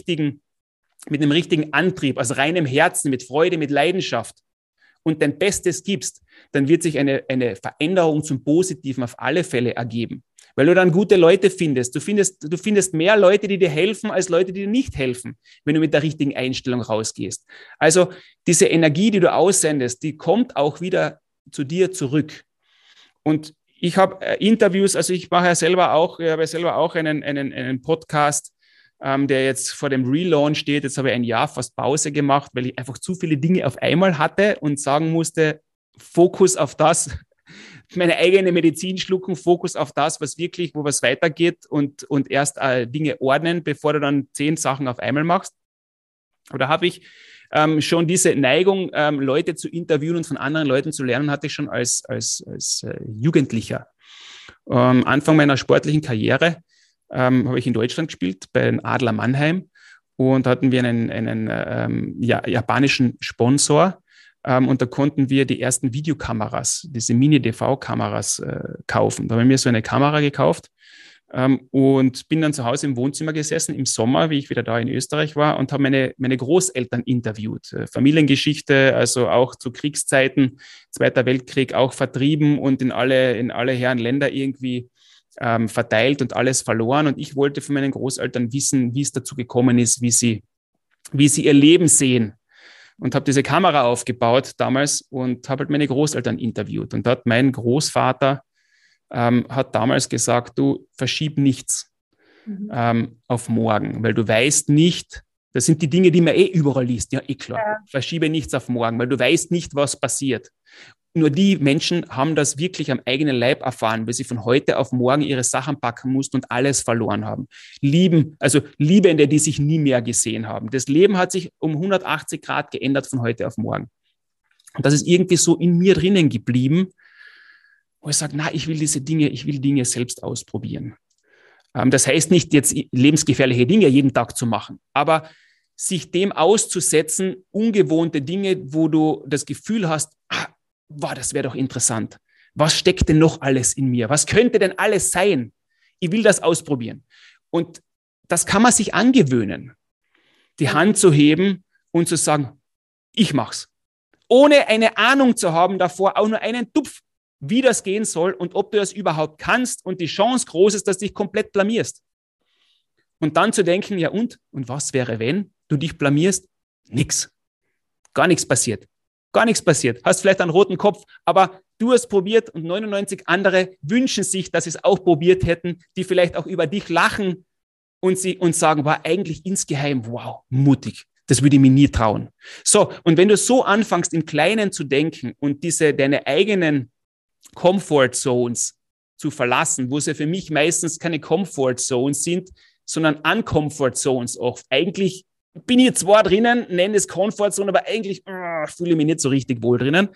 mit dem richtigen Antrieb, aus reinem Herzen, mit Freude, mit Leidenschaft und dein Bestes gibst, dann wird sich eine Veränderung zum Positiven auf alle Fälle ergeben. Weil du dann gute Leute findest. Du findest mehr Leute, die dir helfen, als Leute, die dir nicht helfen, wenn du mit der richtigen Einstellung rausgehst. Also diese Energie, die du aussendest, die kommt auch wieder zu dir zurück. Und ich habe Interviews, also ich habe ja selber auch einen Podcast, der jetzt vor dem Relaunch steht. Jetzt habe ich ein Jahr fast Pause gemacht, weil ich einfach zu viele Dinge auf einmal hatte und sagen musste, Fokus auf das, meine eigene Medizin schlucken, Fokus auf das, was wirklich, wo was weitergeht und erst Dinge ordnen, bevor du dann 10 Sachen auf einmal machst. Oder habe ich schon diese Neigung, Leute zu interviewen und von anderen Leuten zu lernen, hatte ich schon als Jugendlicher. Anfang meiner sportlichen Karriere habe ich in Deutschland gespielt, bei den Adler Mannheim und hatten wir einen japanischen Sponsor und da konnten wir die ersten Videokameras, diese Mini-DV-Kameras kaufen. Da habe ich mir so eine Kamera gekauft und bin dann zu Hause im Wohnzimmer gesessen im Sommer, wie ich wieder da in Österreich war und habe meine Großeltern interviewt. Familiengeschichte, also auch zu Kriegszeiten, Zweiter Weltkrieg, auch vertrieben und in alle Herren Länder irgendwie verteilt und alles verloren. Und ich wollte von meinen Großeltern wissen, wie es dazu gekommen ist, wie sie ihr Leben sehen. Und habe diese Kamera aufgebaut damals und habe halt meine Großeltern interviewt. Und da hat mein Großvater hat damals gesagt, du verschieb nichts auf morgen, weil du weißt nicht, das sind die Dinge, die man überall liest. Ja, klar. Ja. Verschiebe nichts auf morgen, weil du weißt nicht, was passiert. Nur die Menschen haben das wirklich am eigenen Leib erfahren, weil sie von heute auf morgen ihre Sachen packen mussten und alles verloren haben. Liebende, die sich nie mehr gesehen haben. Das Leben hat sich um 180 Grad geändert von heute auf morgen. Und das ist irgendwie so in mir drinnen geblieben, wo ich sage, ich will Dinge selbst ausprobieren. Das heißt nicht jetzt lebensgefährliche Dinge jeden Tag zu machen, aber sich dem auszusetzen, ungewohnte Dinge, wo du das Gefühl hast, das wäre doch interessant. Was steckt denn noch alles in mir? Was könnte denn alles sein? Ich will das ausprobieren. Und das kann man sich angewöhnen, die Hand zu heben und zu sagen, ich mach's. Ohne eine Ahnung zu haben davor, auch nur einen Tupf, wie das gehen soll und ob du das überhaupt kannst und die Chance groß ist, dass du dich komplett blamierst. Und dann zu denken, ja und was wäre, wenn du dich blamierst? Nix. Gar nichts passiert. Gar nichts passiert. Hast vielleicht einen roten Kopf, aber du hast probiert und 99 andere wünschen sich, dass sie es auch probiert hätten, die vielleicht auch über dich lachen und sagen, war eigentlich insgeheim, wow, mutig. Das würde ich mir nie trauen. So, und wenn du so anfängst, im Kleinen zu denken und deine eigenen Comfort Zones zu verlassen, wo sie für mich meistens keine Comfort Zones sind, sondern Uncomfort Zones oft. Eigentlich bin ich zwar drinnen, nenne es Comfort Zone, aber eigentlich fühle ich mich nicht so richtig wohl drinnen.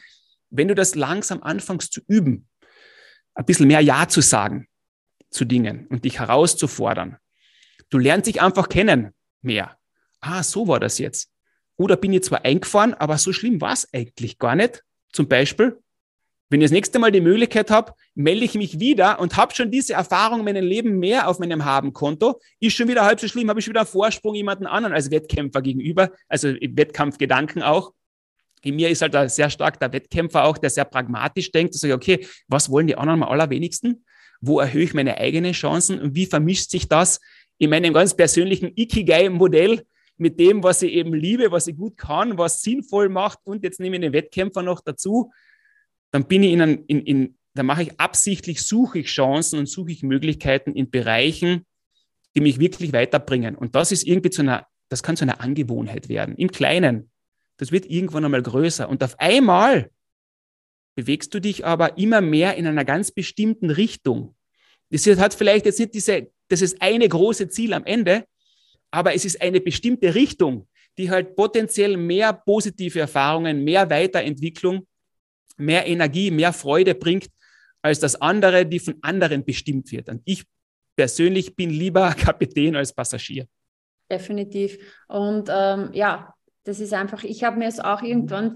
wenn du das langsam anfängst zu üben, ein bisschen mehr Ja zu sagen zu Dingen und dich herauszufordern, du lernst dich einfach kennen mehr. Ah, so war das jetzt. Oder bin ich zwar eingefahren, aber so schlimm war es eigentlich gar nicht. Zum Beispiel, wenn ich das nächste Mal die Möglichkeit habe, melde ich mich wieder und habe schon diese Erfahrung in meinem Leben mehr auf meinem Habenkonto, ist schon wieder halb so schlimm, habe ich schon wieder einen Vorsprung jemanden anderen als Wettkämpfer gegenüber, also Wettkampfgedanken auch. In mir ist halt da sehr stark der Wettkämpfer auch, der sehr pragmatisch denkt, dass ich, okay, was wollen die anderen am allerwenigsten? Wo erhöhe ich meine eigenen Chancen und wie vermischt sich das in meinem ganz persönlichen Ikigai-Modell mit dem, was ich eben liebe, was ich gut kann, was sinnvoll macht und jetzt nehme ich den Wettkämpfer noch dazu, dann bin ich da mache ich absichtlich, suche ich Chancen und suche ich Möglichkeiten in Bereichen, die mich wirklich weiterbringen. Und das ist irgendwie das kann zu einer Angewohnheit werden, im Kleinen. Das wird irgendwann einmal größer. Und auf einmal bewegst du dich aber immer mehr in einer ganz bestimmten Richtung. Das hat vielleicht jetzt nicht das ist eine große Ziel am Ende, aber es ist eine bestimmte Richtung, die halt potenziell mehr positive Erfahrungen, mehr Weiterentwicklung, mehr Energie, mehr Freude bringt, als das andere, die von anderen bestimmt wird. Und ich persönlich bin lieber Kapitän als Passagier. Definitiv. Und ja, das ist einfach, ich habe mir es auch irgendwann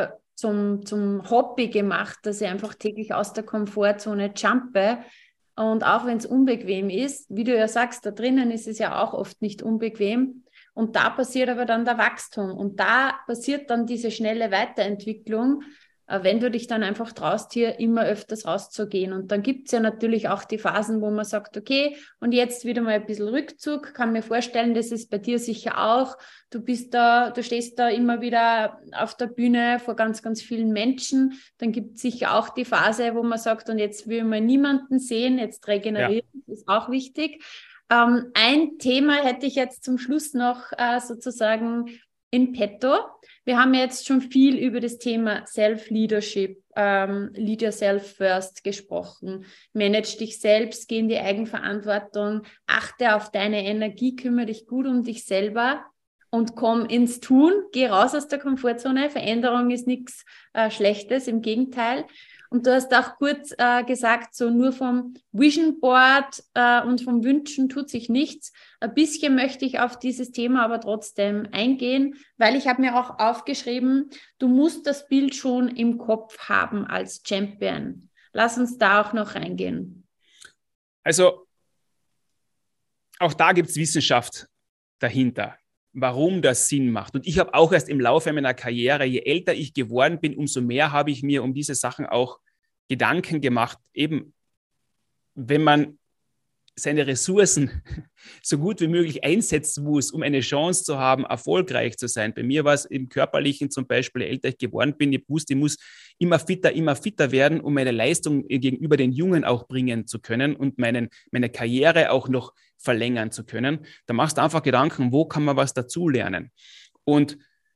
zum Hobby gemacht, dass ich einfach täglich aus der Komfortzone jumpe. Und auch wenn es unbequem ist, wie du ja sagst, da drinnen ist es ja auch oft nicht unbequem. Und da passiert aber dann der Wachstum. Und da passiert dann diese schnelle Weiterentwicklung, wenn du dich dann einfach traust, hier immer öfters rauszugehen. Und dann gibt es ja natürlich auch die Phasen, wo man sagt, okay, und jetzt wieder mal ein bisschen Rückzug. Kann mir vorstellen, das ist bei dir sicher auch. Du stehst da immer wieder auf der Bühne vor ganz, ganz vielen Menschen. Dann gibt es sicher auch die Phase, wo man sagt, und jetzt will man niemanden sehen, jetzt regenerieren, ja. Ist auch wichtig. Ein Thema hätte ich jetzt zum Schluss noch sozusagen in petto. Wir haben jetzt schon viel über das Thema Self-Leadership, Lead Yourself First gesprochen. Manage dich selbst, geh in die Eigenverantwortung, achte auf deine Energie, kümmere dich gut um dich selber und komm ins Tun. Geh raus aus der Komfortzone. Veränderung ist nichts Schlechtes, im Gegenteil. Und du hast auch kurz gesagt, so nur vom Vision Board und vom Wünschen tut sich nichts. Ein bisschen möchte ich auf dieses Thema aber trotzdem eingehen, weil ich habe mir auch aufgeschrieben, du musst das Bild schon im Kopf haben als Champion. Lass uns da auch noch reingehen. Also auch da gibt es Wissenschaft dahinter, warum das Sinn macht. Und ich habe auch erst im Laufe meiner Karriere, je älter ich geworden bin, umso mehr habe ich mir um diese Sachen auch Gedanken gemacht. Eben, wenn man seine Ressourcen so gut wie möglich einsetzen muss, um eine Chance zu haben, erfolgreich zu sein. Bei mir war es im Körperlichen zum Beispiel, je älter ich geworden bin, ich wusste, ich muss immer fitter werden, um meine Leistung gegenüber den Jungen auch bringen zu können und meine Karriere auch noch verlängern zu können. Da machst du einfach Gedanken, wo kann man was dazulernen? Und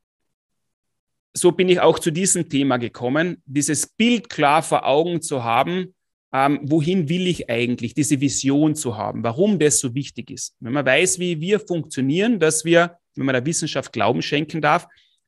so bin ich auch zu diesem Thema gekommen, dieses Bild klar vor Augen zu haben, wohin will ich eigentlich, diese Vision zu haben, warum das so wichtig ist. Wenn man weiß, wie wir funktionieren, dass wir, wenn man der Wissenschaft Glauben schenken darf,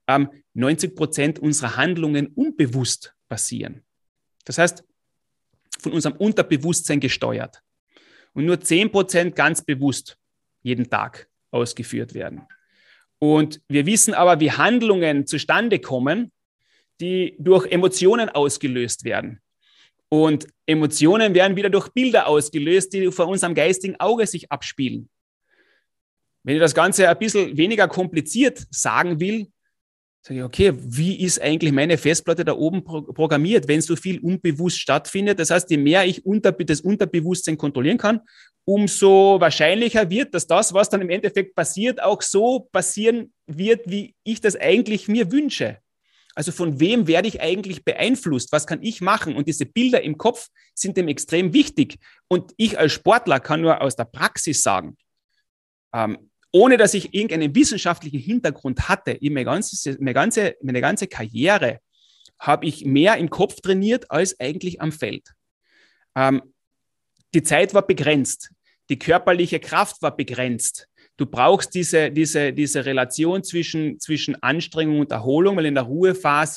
90% unserer Handlungen unbewusst passieren. Das heißt, von unserem Unterbewusstsein gesteuert. Und nur 10% ganz bewusst jeden Tag ausgeführt werden. Und wir wissen aber, wie Handlungen zustande kommen, die durch Emotionen ausgelöst werden. Und Emotionen werden wieder durch Bilder ausgelöst, die vor unserem geistigen Auge sich abspielen. Wenn ich das Ganze ein bisschen weniger kompliziert sagen will, sage ich, okay, wie ist eigentlich meine Festplatte da oben programmiert, wenn so viel unbewusst stattfindet? Das heißt, je mehr ich das Unterbewusstsein kontrollieren kann, umso wahrscheinlicher wird, dass das, was dann im Endeffekt passiert, auch so passieren wird, wie ich das eigentlich mir wünsche. Also von wem werde ich eigentlich beeinflusst? Was kann ich machen? Und diese Bilder im Kopf sind dem extrem wichtig. Und ich als Sportler kann nur aus der Praxis sagen, ohne dass ich irgendeinen wissenschaftlichen Hintergrund hatte, meine ganze Karriere habe ich mehr im Kopf trainiert als eigentlich am Feld. Die Zeit war begrenzt, die körperliche Kraft war begrenzt. Du brauchst diese Relation zwischen Anstrengung und Erholung, weil in der Ruhephase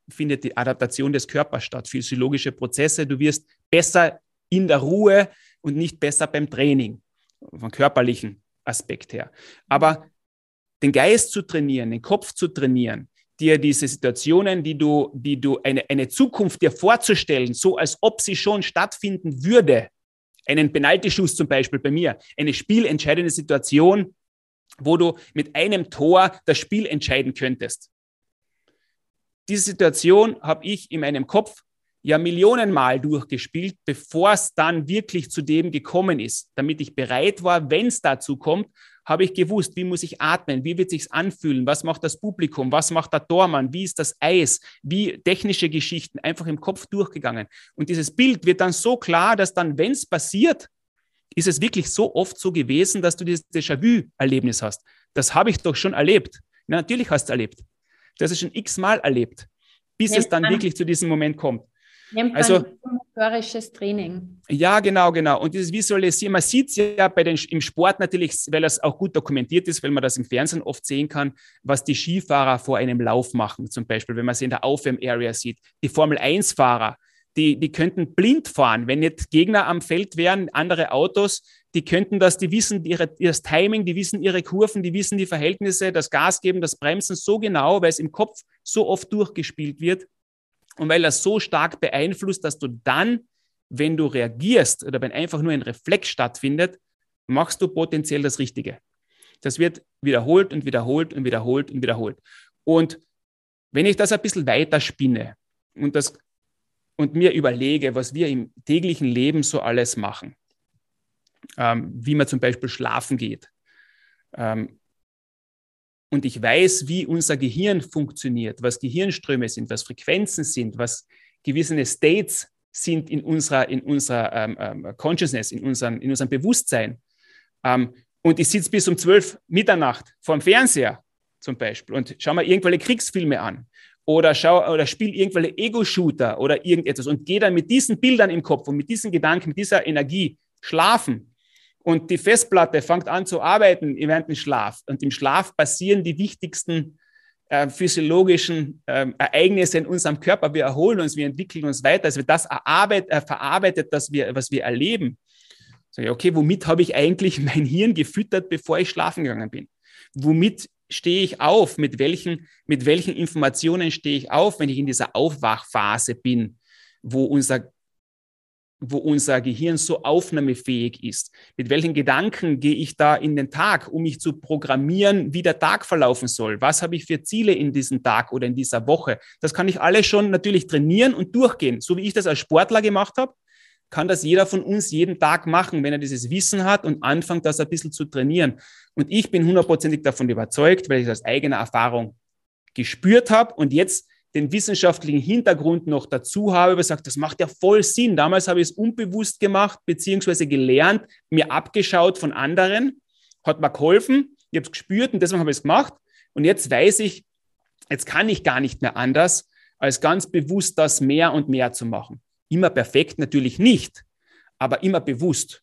findet die Adaptation des Körpers statt, physiologische Prozesse. Du wirst besser in der Ruhe und nicht besser beim Training, vom körperlichen Aspekt her. Aber den Geist zu trainieren, den Kopf zu trainieren, dir diese Situationen, die du eine Zukunft dir vorzustellen, so als ob sie schon stattfinden würde, einen Penaltyschuss zum Beispiel bei mir, eine spielentscheidende Situation, wo du mit einem Tor das Spiel entscheiden könntest. Diese Situation habe ich in meinem Kopf ja Millionenmal durchgespielt, bevor es dann wirklich zu dem gekommen ist. Damit ich bereit war, wenn es dazu kommt, habe ich gewusst, wie muss ich atmen, wie wird es sich anfühlen, was macht das Publikum, was macht der Tormann, wie ist das Eis, wie technische Geschichten, einfach im Kopf durchgegangen. Und dieses Bild wird dann so klar, dass dann, wenn es passiert, ist es wirklich so oft so gewesen, dass du dieses Déjà-vu-Erlebnis hast. Das habe ich doch schon erlebt. Ja, natürlich hast du erlebt. Du hast es schon x-mal erlebt, bis es dann wirklich zu diesem Moment kommt. Also motorisches Training. Ja, genau. Und dieses Visualisieren, man sieht es ja im Sport natürlich, weil das auch gut dokumentiert ist, weil man das im Fernsehen oft sehen kann, was die Skifahrer vor einem Lauf machen, zum Beispiel, wenn man sie in der Aufwärm-Area sieht. Die Formel-1-Fahrer, die könnten blind fahren, wenn nicht Gegner am Feld wären, andere Autos, die könnten das, die wissen ihr Timing, die wissen ihre Kurven, die wissen die Verhältnisse, das Gas geben, das Bremsen so genau, weil es im Kopf so oft durchgespielt wird. Und weil das so stark beeinflusst, dass du dann, wenn du reagierst oder wenn einfach nur ein Reflex stattfindet, machst du potenziell das Richtige. Das wird wiederholt und wiederholt und wiederholt und wiederholt. Und wenn ich das ein bisschen weiter spinne und mir überlege, was wir im täglichen Leben so alles machen, wie man zum Beispiel schlafen geht, und ich weiß, wie unser Gehirn funktioniert, was Gehirnströme sind, was Frequenzen sind, was gewisse States sind in unserer Consciousness, in unserem Bewusstsein. Und ich sitze bis um 12 Mitternacht vorm Fernseher zum Beispiel und schaue mir irgendwelche Kriegsfilme an oder spiele irgendwelche Ego-Shooter oder irgendetwas und gehe dann mit diesen Bildern im Kopf und mit diesen Gedanken, mit dieser Energie schlafen. Und die Festplatte fängt an zu arbeiten während dem Schlaf. Und im Schlaf passieren die wichtigsten physiologischen Ereignisse in unserem Körper. Wir erholen uns, wir entwickeln uns weiter. Es wird das verarbeitet, was wir erleben. Sag ich, okay, womit habe ich eigentlich mein Hirn gefüttert, bevor ich schlafen gegangen bin? Womit stehe ich auf? Mit welchen Informationen stehe ich auf, wenn ich in dieser Aufwachphase bin, wo unser Gehirn so aufnahmefähig ist? Mit welchen Gedanken gehe ich da in den Tag, um mich zu programmieren, wie der Tag verlaufen soll? Was habe ich für Ziele in diesem Tag oder in dieser Woche? Das kann ich alles schon natürlich trainieren und durchgehen. So wie ich das als Sportler gemacht habe, kann das jeder von uns jeden Tag machen, wenn er dieses Wissen hat und anfängt, das ein bisschen zu trainieren. Und ich bin 100%ig davon überzeugt, weil ich das aus eigener Erfahrung gespürt habe und jetzt den wissenschaftlichen Hintergrund noch dazu habe, gesagt, das macht ja voll Sinn. Damals habe ich es unbewusst gemacht, beziehungsweise gelernt, mir abgeschaut von anderen, hat mir geholfen, ich habe es gespürt und deswegen habe ich es gemacht. Und jetzt weiß ich, jetzt kann ich gar nicht mehr anders, als ganz bewusst das mehr und mehr zu machen. Immer perfekt natürlich nicht, aber immer bewusst.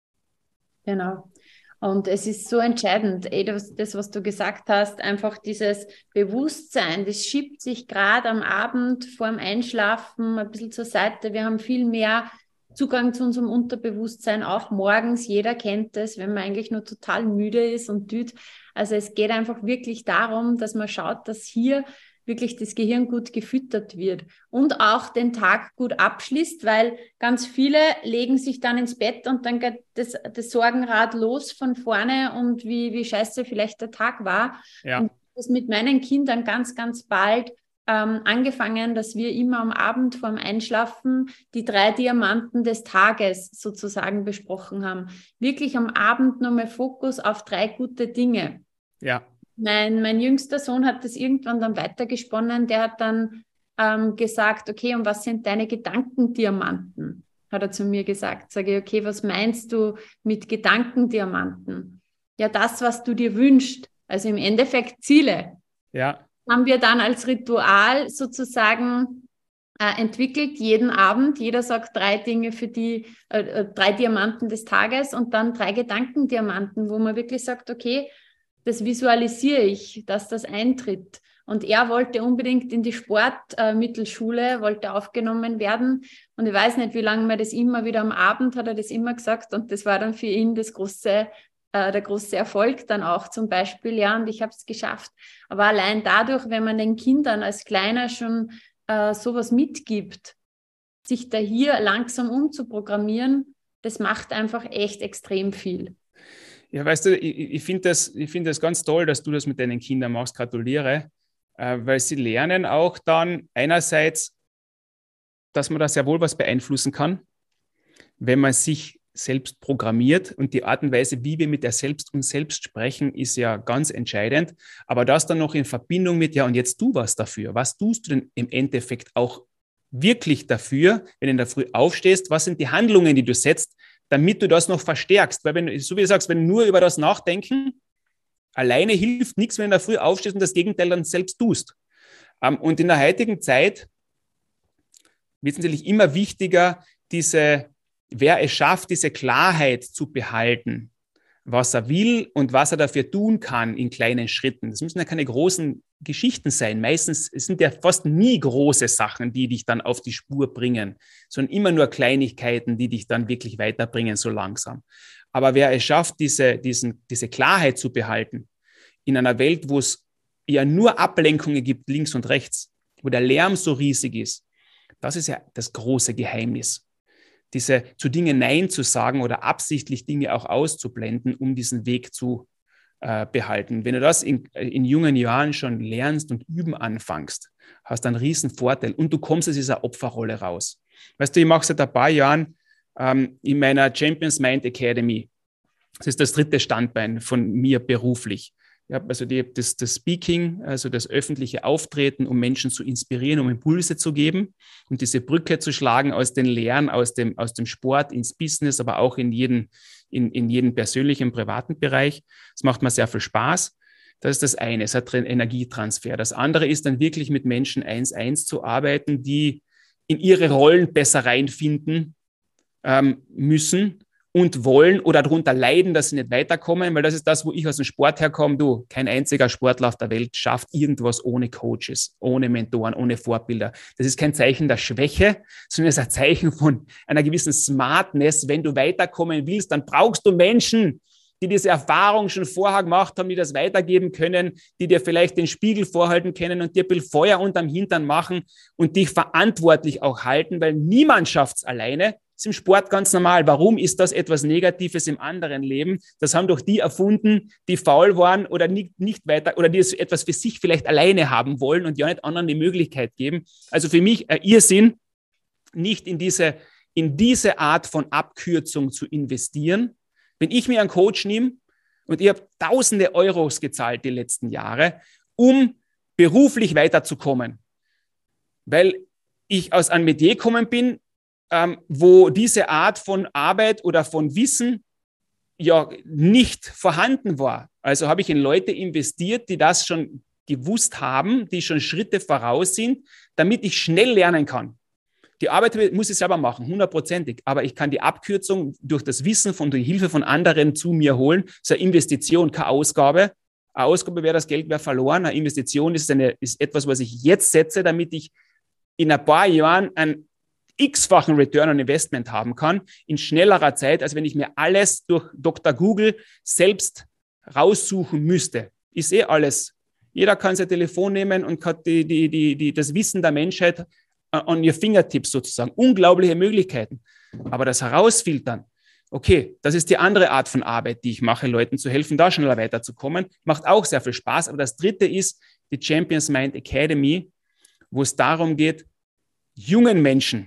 Genau. Und es ist so entscheidend, das, was du gesagt hast, einfach dieses Bewusstsein, das schiebt sich gerade am Abend vor dem Einschlafen ein bisschen zur Seite. Wir haben viel mehr Zugang zu unserem Unterbewusstsein, auch morgens. Jeder kennt das, wenn man eigentlich nur total müde ist und düt. Also es geht einfach wirklich darum, dass man schaut, dass hier wirklich das Gehirn gut gefüttert wird und auch den Tag gut abschließt, weil ganz viele legen sich dann ins Bett und dann geht das Sorgenrad los von vorne und wie scheiße vielleicht der Tag war. Ja. Und das mit meinen Kindern ganz, ganz bald angefangen, dass wir immer am Abend vorm Einschlafen die 3 Diamanten des Tages sozusagen besprochen haben. Wirklich am Abend nochmal Fokus auf 3 gute Dinge. Ja. Mein jüngster Sohn hat das irgendwann dann weitergesponnen. Der hat dann gesagt, okay, und was sind deine Gedankendiamanten? Hat er zu mir gesagt. Sage ich, okay, was meinst du mit Gedankendiamanten? Ja, das, was du dir wünschst. Also im Endeffekt Ziele. Ja. Haben wir dann als Ritual sozusagen entwickelt, jeden Abend. Jeder sagt 3 Dinge für die 3 Diamanten des Tages und dann 3 Gedankendiamanten, wo man wirklich sagt, okay, das visualisiere ich, dass das eintritt. Und er wollte unbedingt in die Sportmittelschule, wollte aufgenommen werden. Und ich weiß nicht, wie lange mir das immer wieder am Abend hat er das immer gesagt. Und das war dann für ihn der große Erfolg dann auch zum Beispiel. Ja, und ich habe es geschafft. Aber allein dadurch, wenn man den Kindern als Kleiner schon sowas mitgibt, sich da hier langsam umzuprogrammieren, das macht einfach echt extrem viel. Ja, weißt du, ich finde das ganz toll, dass du das mit deinen Kindern machst. Gratuliere, weil sie lernen auch dann einerseits, dass man da sehr wohl was beeinflussen kann, wenn man sich selbst programmiert, und die Art und Weise, wie wir mit uns selbst sprechen, ist ja ganz entscheidend. Aber das dann noch in Verbindung mit, ja, und jetzt tu was dafür. Was tust du denn im Endeffekt auch wirklich dafür, wenn du in der Früh aufstehst? Was sind die Handlungen, die du setzt, damit du das noch verstärkst? Weil, so wie du sagst, wenn du nur über das nachdenken, alleine hilft nichts, wenn du in der Früh aufstehst und das Gegenteil dann selbst tust. Und in der heutigen Zeit wird es natürlich immer wichtiger, wer es schafft, diese Klarheit zu behalten, was er will und was er dafür tun kann in kleinen Schritten. Das müssen ja keine großen Geschichten sein. Meistens sind ja fast nie große Sachen, die dich dann auf die Spur bringen, sondern immer nur Kleinigkeiten, die dich dann wirklich weiterbringen, so langsam. Aber wer es schafft, diese Klarheit zu behalten, in einer Welt, wo es ja nur Ablenkungen gibt, links und rechts, wo der Lärm so riesig ist, das ist ja das große Geheimnis. Zu Dingen Nein zu sagen oder absichtlich Dinge auch auszublenden, um diesen Weg zu behalten. Wenn du das in jungen Jahren schon lernst und üben anfängst, hast du einen riesen Vorteil und du kommst aus dieser Opferrolle raus. Weißt du, ich mache seit ein paar Jahren in meiner Champions Mind Academy, das ist das 3. Standbein von mir beruflich. Ich habe also das Speaking, also das öffentliche Auftreten, um Menschen zu inspirieren, um Impulse zu geben und diese Brücke zu schlagen aus den Lehren, aus dem Sport ins Business, aber auch in jeden persönlichen, privaten Bereich. Das macht mir sehr viel Spaß. Das ist das eine, es hat einen Energietransfer. Das andere ist dann wirklich mit Menschen 1-1 zu arbeiten, die in ihre Rollen besser reinfinden müssen und wollen oder darunter leiden, dass sie nicht weiterkommen, weil das ist das, wo ich aus dem Sport herkomme. Du, kein einziger Sportler auf der Welt schafft irgendwas ohne Coaches, ohne Mentoren, ohne Vorbilder. Das ist kein Zeichen der Schwäche, sondern es ist ein Zeichen von einer gewissen Smartness. Wenn du weiterkommen willst, dann brauchst du Menschen, die diese Erfahrung schon vorher gemacht haben, die das weitergeben können, die dir vielleicht den Spiegel vorhalten können und dir ein bisschen Feuer unterm Hintern machen und dich verantwortlich auch halten, weil niemand schafft es alleine. Das ist im Sport ganz normal. Warum ist das etwas Negatives im anderen Leben? Das haben doch die erfunden, die faul waren oder nicht weiter oder die etwas für sich vielleicht alleine haben wollen und ja nicht anderen die Möglichkeit geben. Also für mich ein Irrsinn, nicht in diese Art von Abkürzung zu investieren. Wenn ich mir einen Coach nehme und ich habe tausende Euros gezahlt die letzten Jahre, um beruflich weiterzukommen, weil ich aus einem Metier gekommen bin, wo diese Art von Arbeit oder von Wissen ja nicht vorhanden war. Also habe ich in Leute investiert, die das schon gewusst haben, die schon Schritte voraus sind, damit ich schnell lernen kann. Die Arbeit muss ich selber machen, 100%, aber ich kann die Abkürzung durch das Wissen von der Hilfe von anderen zu mir holen. Das ist eine Investition, keine Ausgabe. Eine Ausgabe wäre, das Geld wäre verloren. Eine Investition ist etwas, was ich jetzt setze, damit ich in ein paar Jahren einen x-fachen Return on Investment haben kann, in schnellerer Zeit, als wenn ich mir alles durch Dr. Google selbst raussuchen müsste. Ist alles. Jeder kann sein Telefon nehmen und kann das Wissen der Menschheit on your fingertips sozusagen. Unglaubliche Möglichkeiten. Aber das Herausfiltern, okay, das ist die andere Art von Arbeit, die ich mache, Leuten zu helfen, da schneller weiterzukommen. Macht auch sehr viel Spaß. Aber das dritte ist die Champions Mind Academy, wo es darum geht, jungen Menschen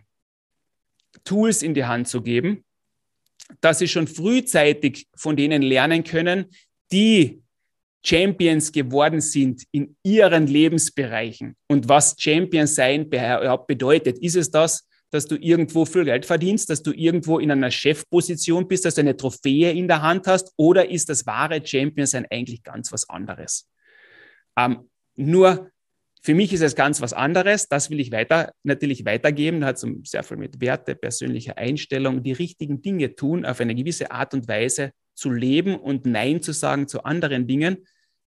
Tools in die Hand zu geben, dass sie schon frühzeitig von denen lernen können, die Champions geworden sind in ihren Lebensbereichen. Und was Champions sein bedeutet, ist es das, dass du irgendwo viel Geld verdienst, dass du irgendwo in einer Chefposition bist, dass du eine Trophäe in der Hand hast, oder ist das wahre Champion sein eigentlich ganz was anderes? Nur für mich ist es ganz was anderes. Das will ich natürlich weitergeben. Da hat es sehr viel mit Werte, persönlicher Einstellung, die richtigen Dinge tun, auf eine gewisse Art und Weise zu leben und Nein zu sagen zu anderen Dingen,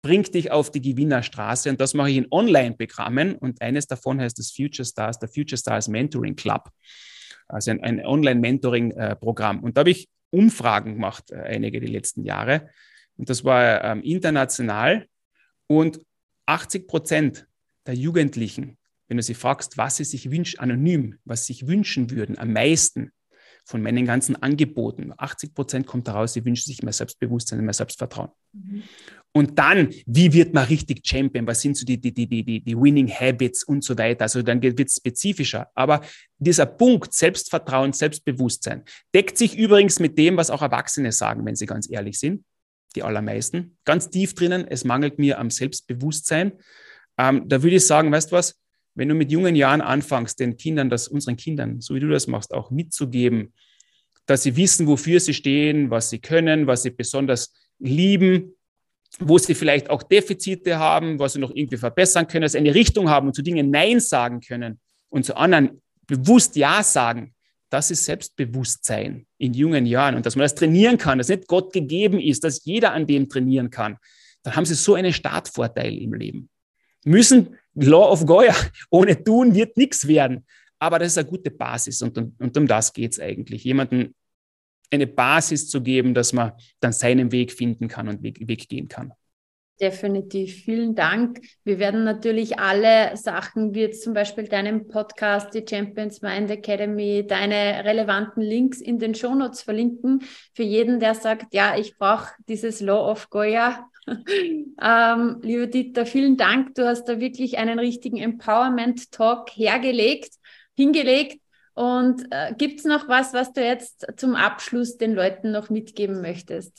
bringt dich auf die Gewinnerstraße. Und das mache ich in Online-Programmen. Und eines davon heißt das Future Stars, der Future Stars Mentoring Club. Also ein Online-Mentoring-Programm. Und da habe ich Umfragen gemacht, einige die letzten Jahre. Und das war international. Und 80% der Jugendlichen, wenn du sie fragst, was sie sich wünschen, anonym, was sie sich wünschen würden, am meisten von meinen ganzen Angeboten, 80% kommt heraus, sie wünschen sich mehr Selbstbewusstsein, mehr Selbstvertrauen. Mhm. Und dann, wie wird man richtig Champion? Was sind so die Winning Habits und so weiter? Also dann wird es spezifischer. Aber dieser Punkt Selbstvertrauen, Selbstbewusstsein deckt sich übrigens mit dem, was auch Erwachsene sagen, wenn sie ganz ehrlich sind. Die allermeisten. Ganz tief drinnen, es mangelt mir am Selbstbewusstsein. Da würde ich sagen, weißt du was? Wenn du mit jungen Jahren anfängst, den Kindern, unseren Kindern, so wie du das machst, auch mitzugeben, dass sie wissen, wofür sie stehen, was sie können, was sie besonders lieben, wo sie vielleicht auch Defizite haben, was sie noch irgendwie verbessern können, dass sie eine Richtung haben und zu Dingen Nein sagen können und zu anderen bewusst Ja sagen, das ist Selbstbewusstsein in jungen Jahren. Und dass man das trainieren kann, dass nicht Gott gegeben ist, dass jeder an dem trainieren kann, dann haben sie so einen Startvorteil im Leben. Müssen Law of Goya, ohne tun wird nichts werden. Aber das ist eine gute Basis und um das geht es eigentlich. Jemandem eine Basis zu geben, dass man dann seinen Weg finden kann und Weg gehen kann. Definitiv. Vielen Dank. Wir werden natürlich alle Sachen, wie jetzt zum Beispiel deinen Podcast, die Champions Mind Academy, deine relevanten Links in den Shownotes verlinken. Für jeden, der sagt, ja, ich brauche dieses Law of Goya. Lieber Dieter, vielen Dank. Du hast da wirklich einen richtigen Empowerment-Talk hingelegt. Und gibt es noch was du jetzt zum Abschluss den Leuten noch mitgeben möchtest?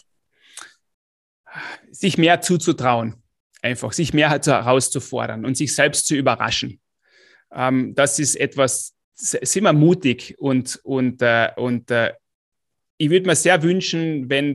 Sich mehr zuzutrauen, einfach sich mehr herauszufordern und sich selbst zu überraschen. Das ist etwas, sind wir mutig und ich würde mir sehr wünschen, wenn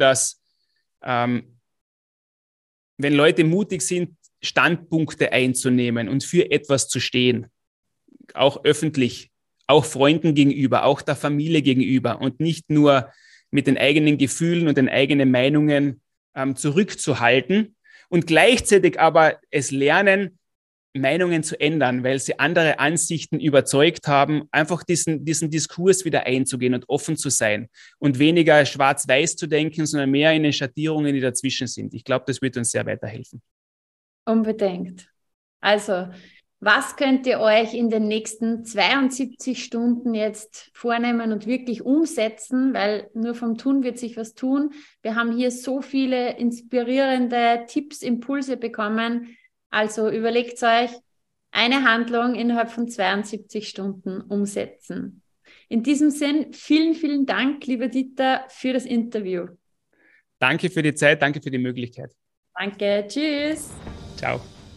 Leute mutig sind, Standpunkte einzunehmen und für etwas zu stehen, auch öffentlich, auch Freunden gegenüber, auch der Familie gegenüber und nicht nur mit den eigenen Gefühlen und den eigenen Meinungen zurückzuhalten und gleichzeitig aber es lernen, Meinungen zu ändern, weil sie andere Ansichten überzeugt haben, einfach diesen Diskurs wieder einzugehen und offen zu sein und weniger schwarz-weiß zu denken, sondern mehr in den Schattierungen, die dazwischen sind. Ich glaube, das wird uns sehr weiterhelfen. Unbedingt. Also, was könnt ihr euch in den nächsten 72 Stunden jetzt vornehmen und wirklich umsetzen? Weil nur vom Tun wird sich was tun. Wir haben hier so viele inspirierende Tipps, Impulse bekommen. Also überlegt euch, eine Handlung innerhalb von 72 Stunden umsetzen. In diesem Sinn, vielen, vielen Dank, lieber Dieter, für das Interview. Danke für die Zeit, danke für die Möglichkeit. Danke, tschüss. Ciao.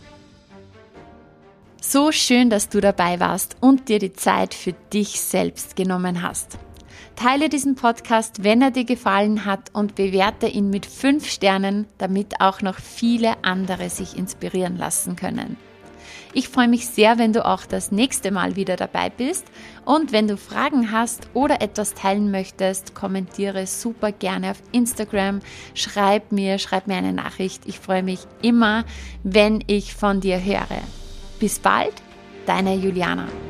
So schön, dass du dabei warst und dir die Zeit für dich selbst genommen hast. Teile diesen Podcast, wenn er dir gefallen hat und bewerte ihn mit 5 Sternen, damit auch noch viele andere sich inspirieren lassen können. Ich freue mich sehr, wenn du auch das nächste Mal wieder dabei bist und wenn du Fragen hast oder etwas teilen möchtest, kommentiere super gerne auf Instagram, schreib mir eine Nachricht. Ich freue mich immer, wenn ich von dir höre. Bis bald, deine Juliana.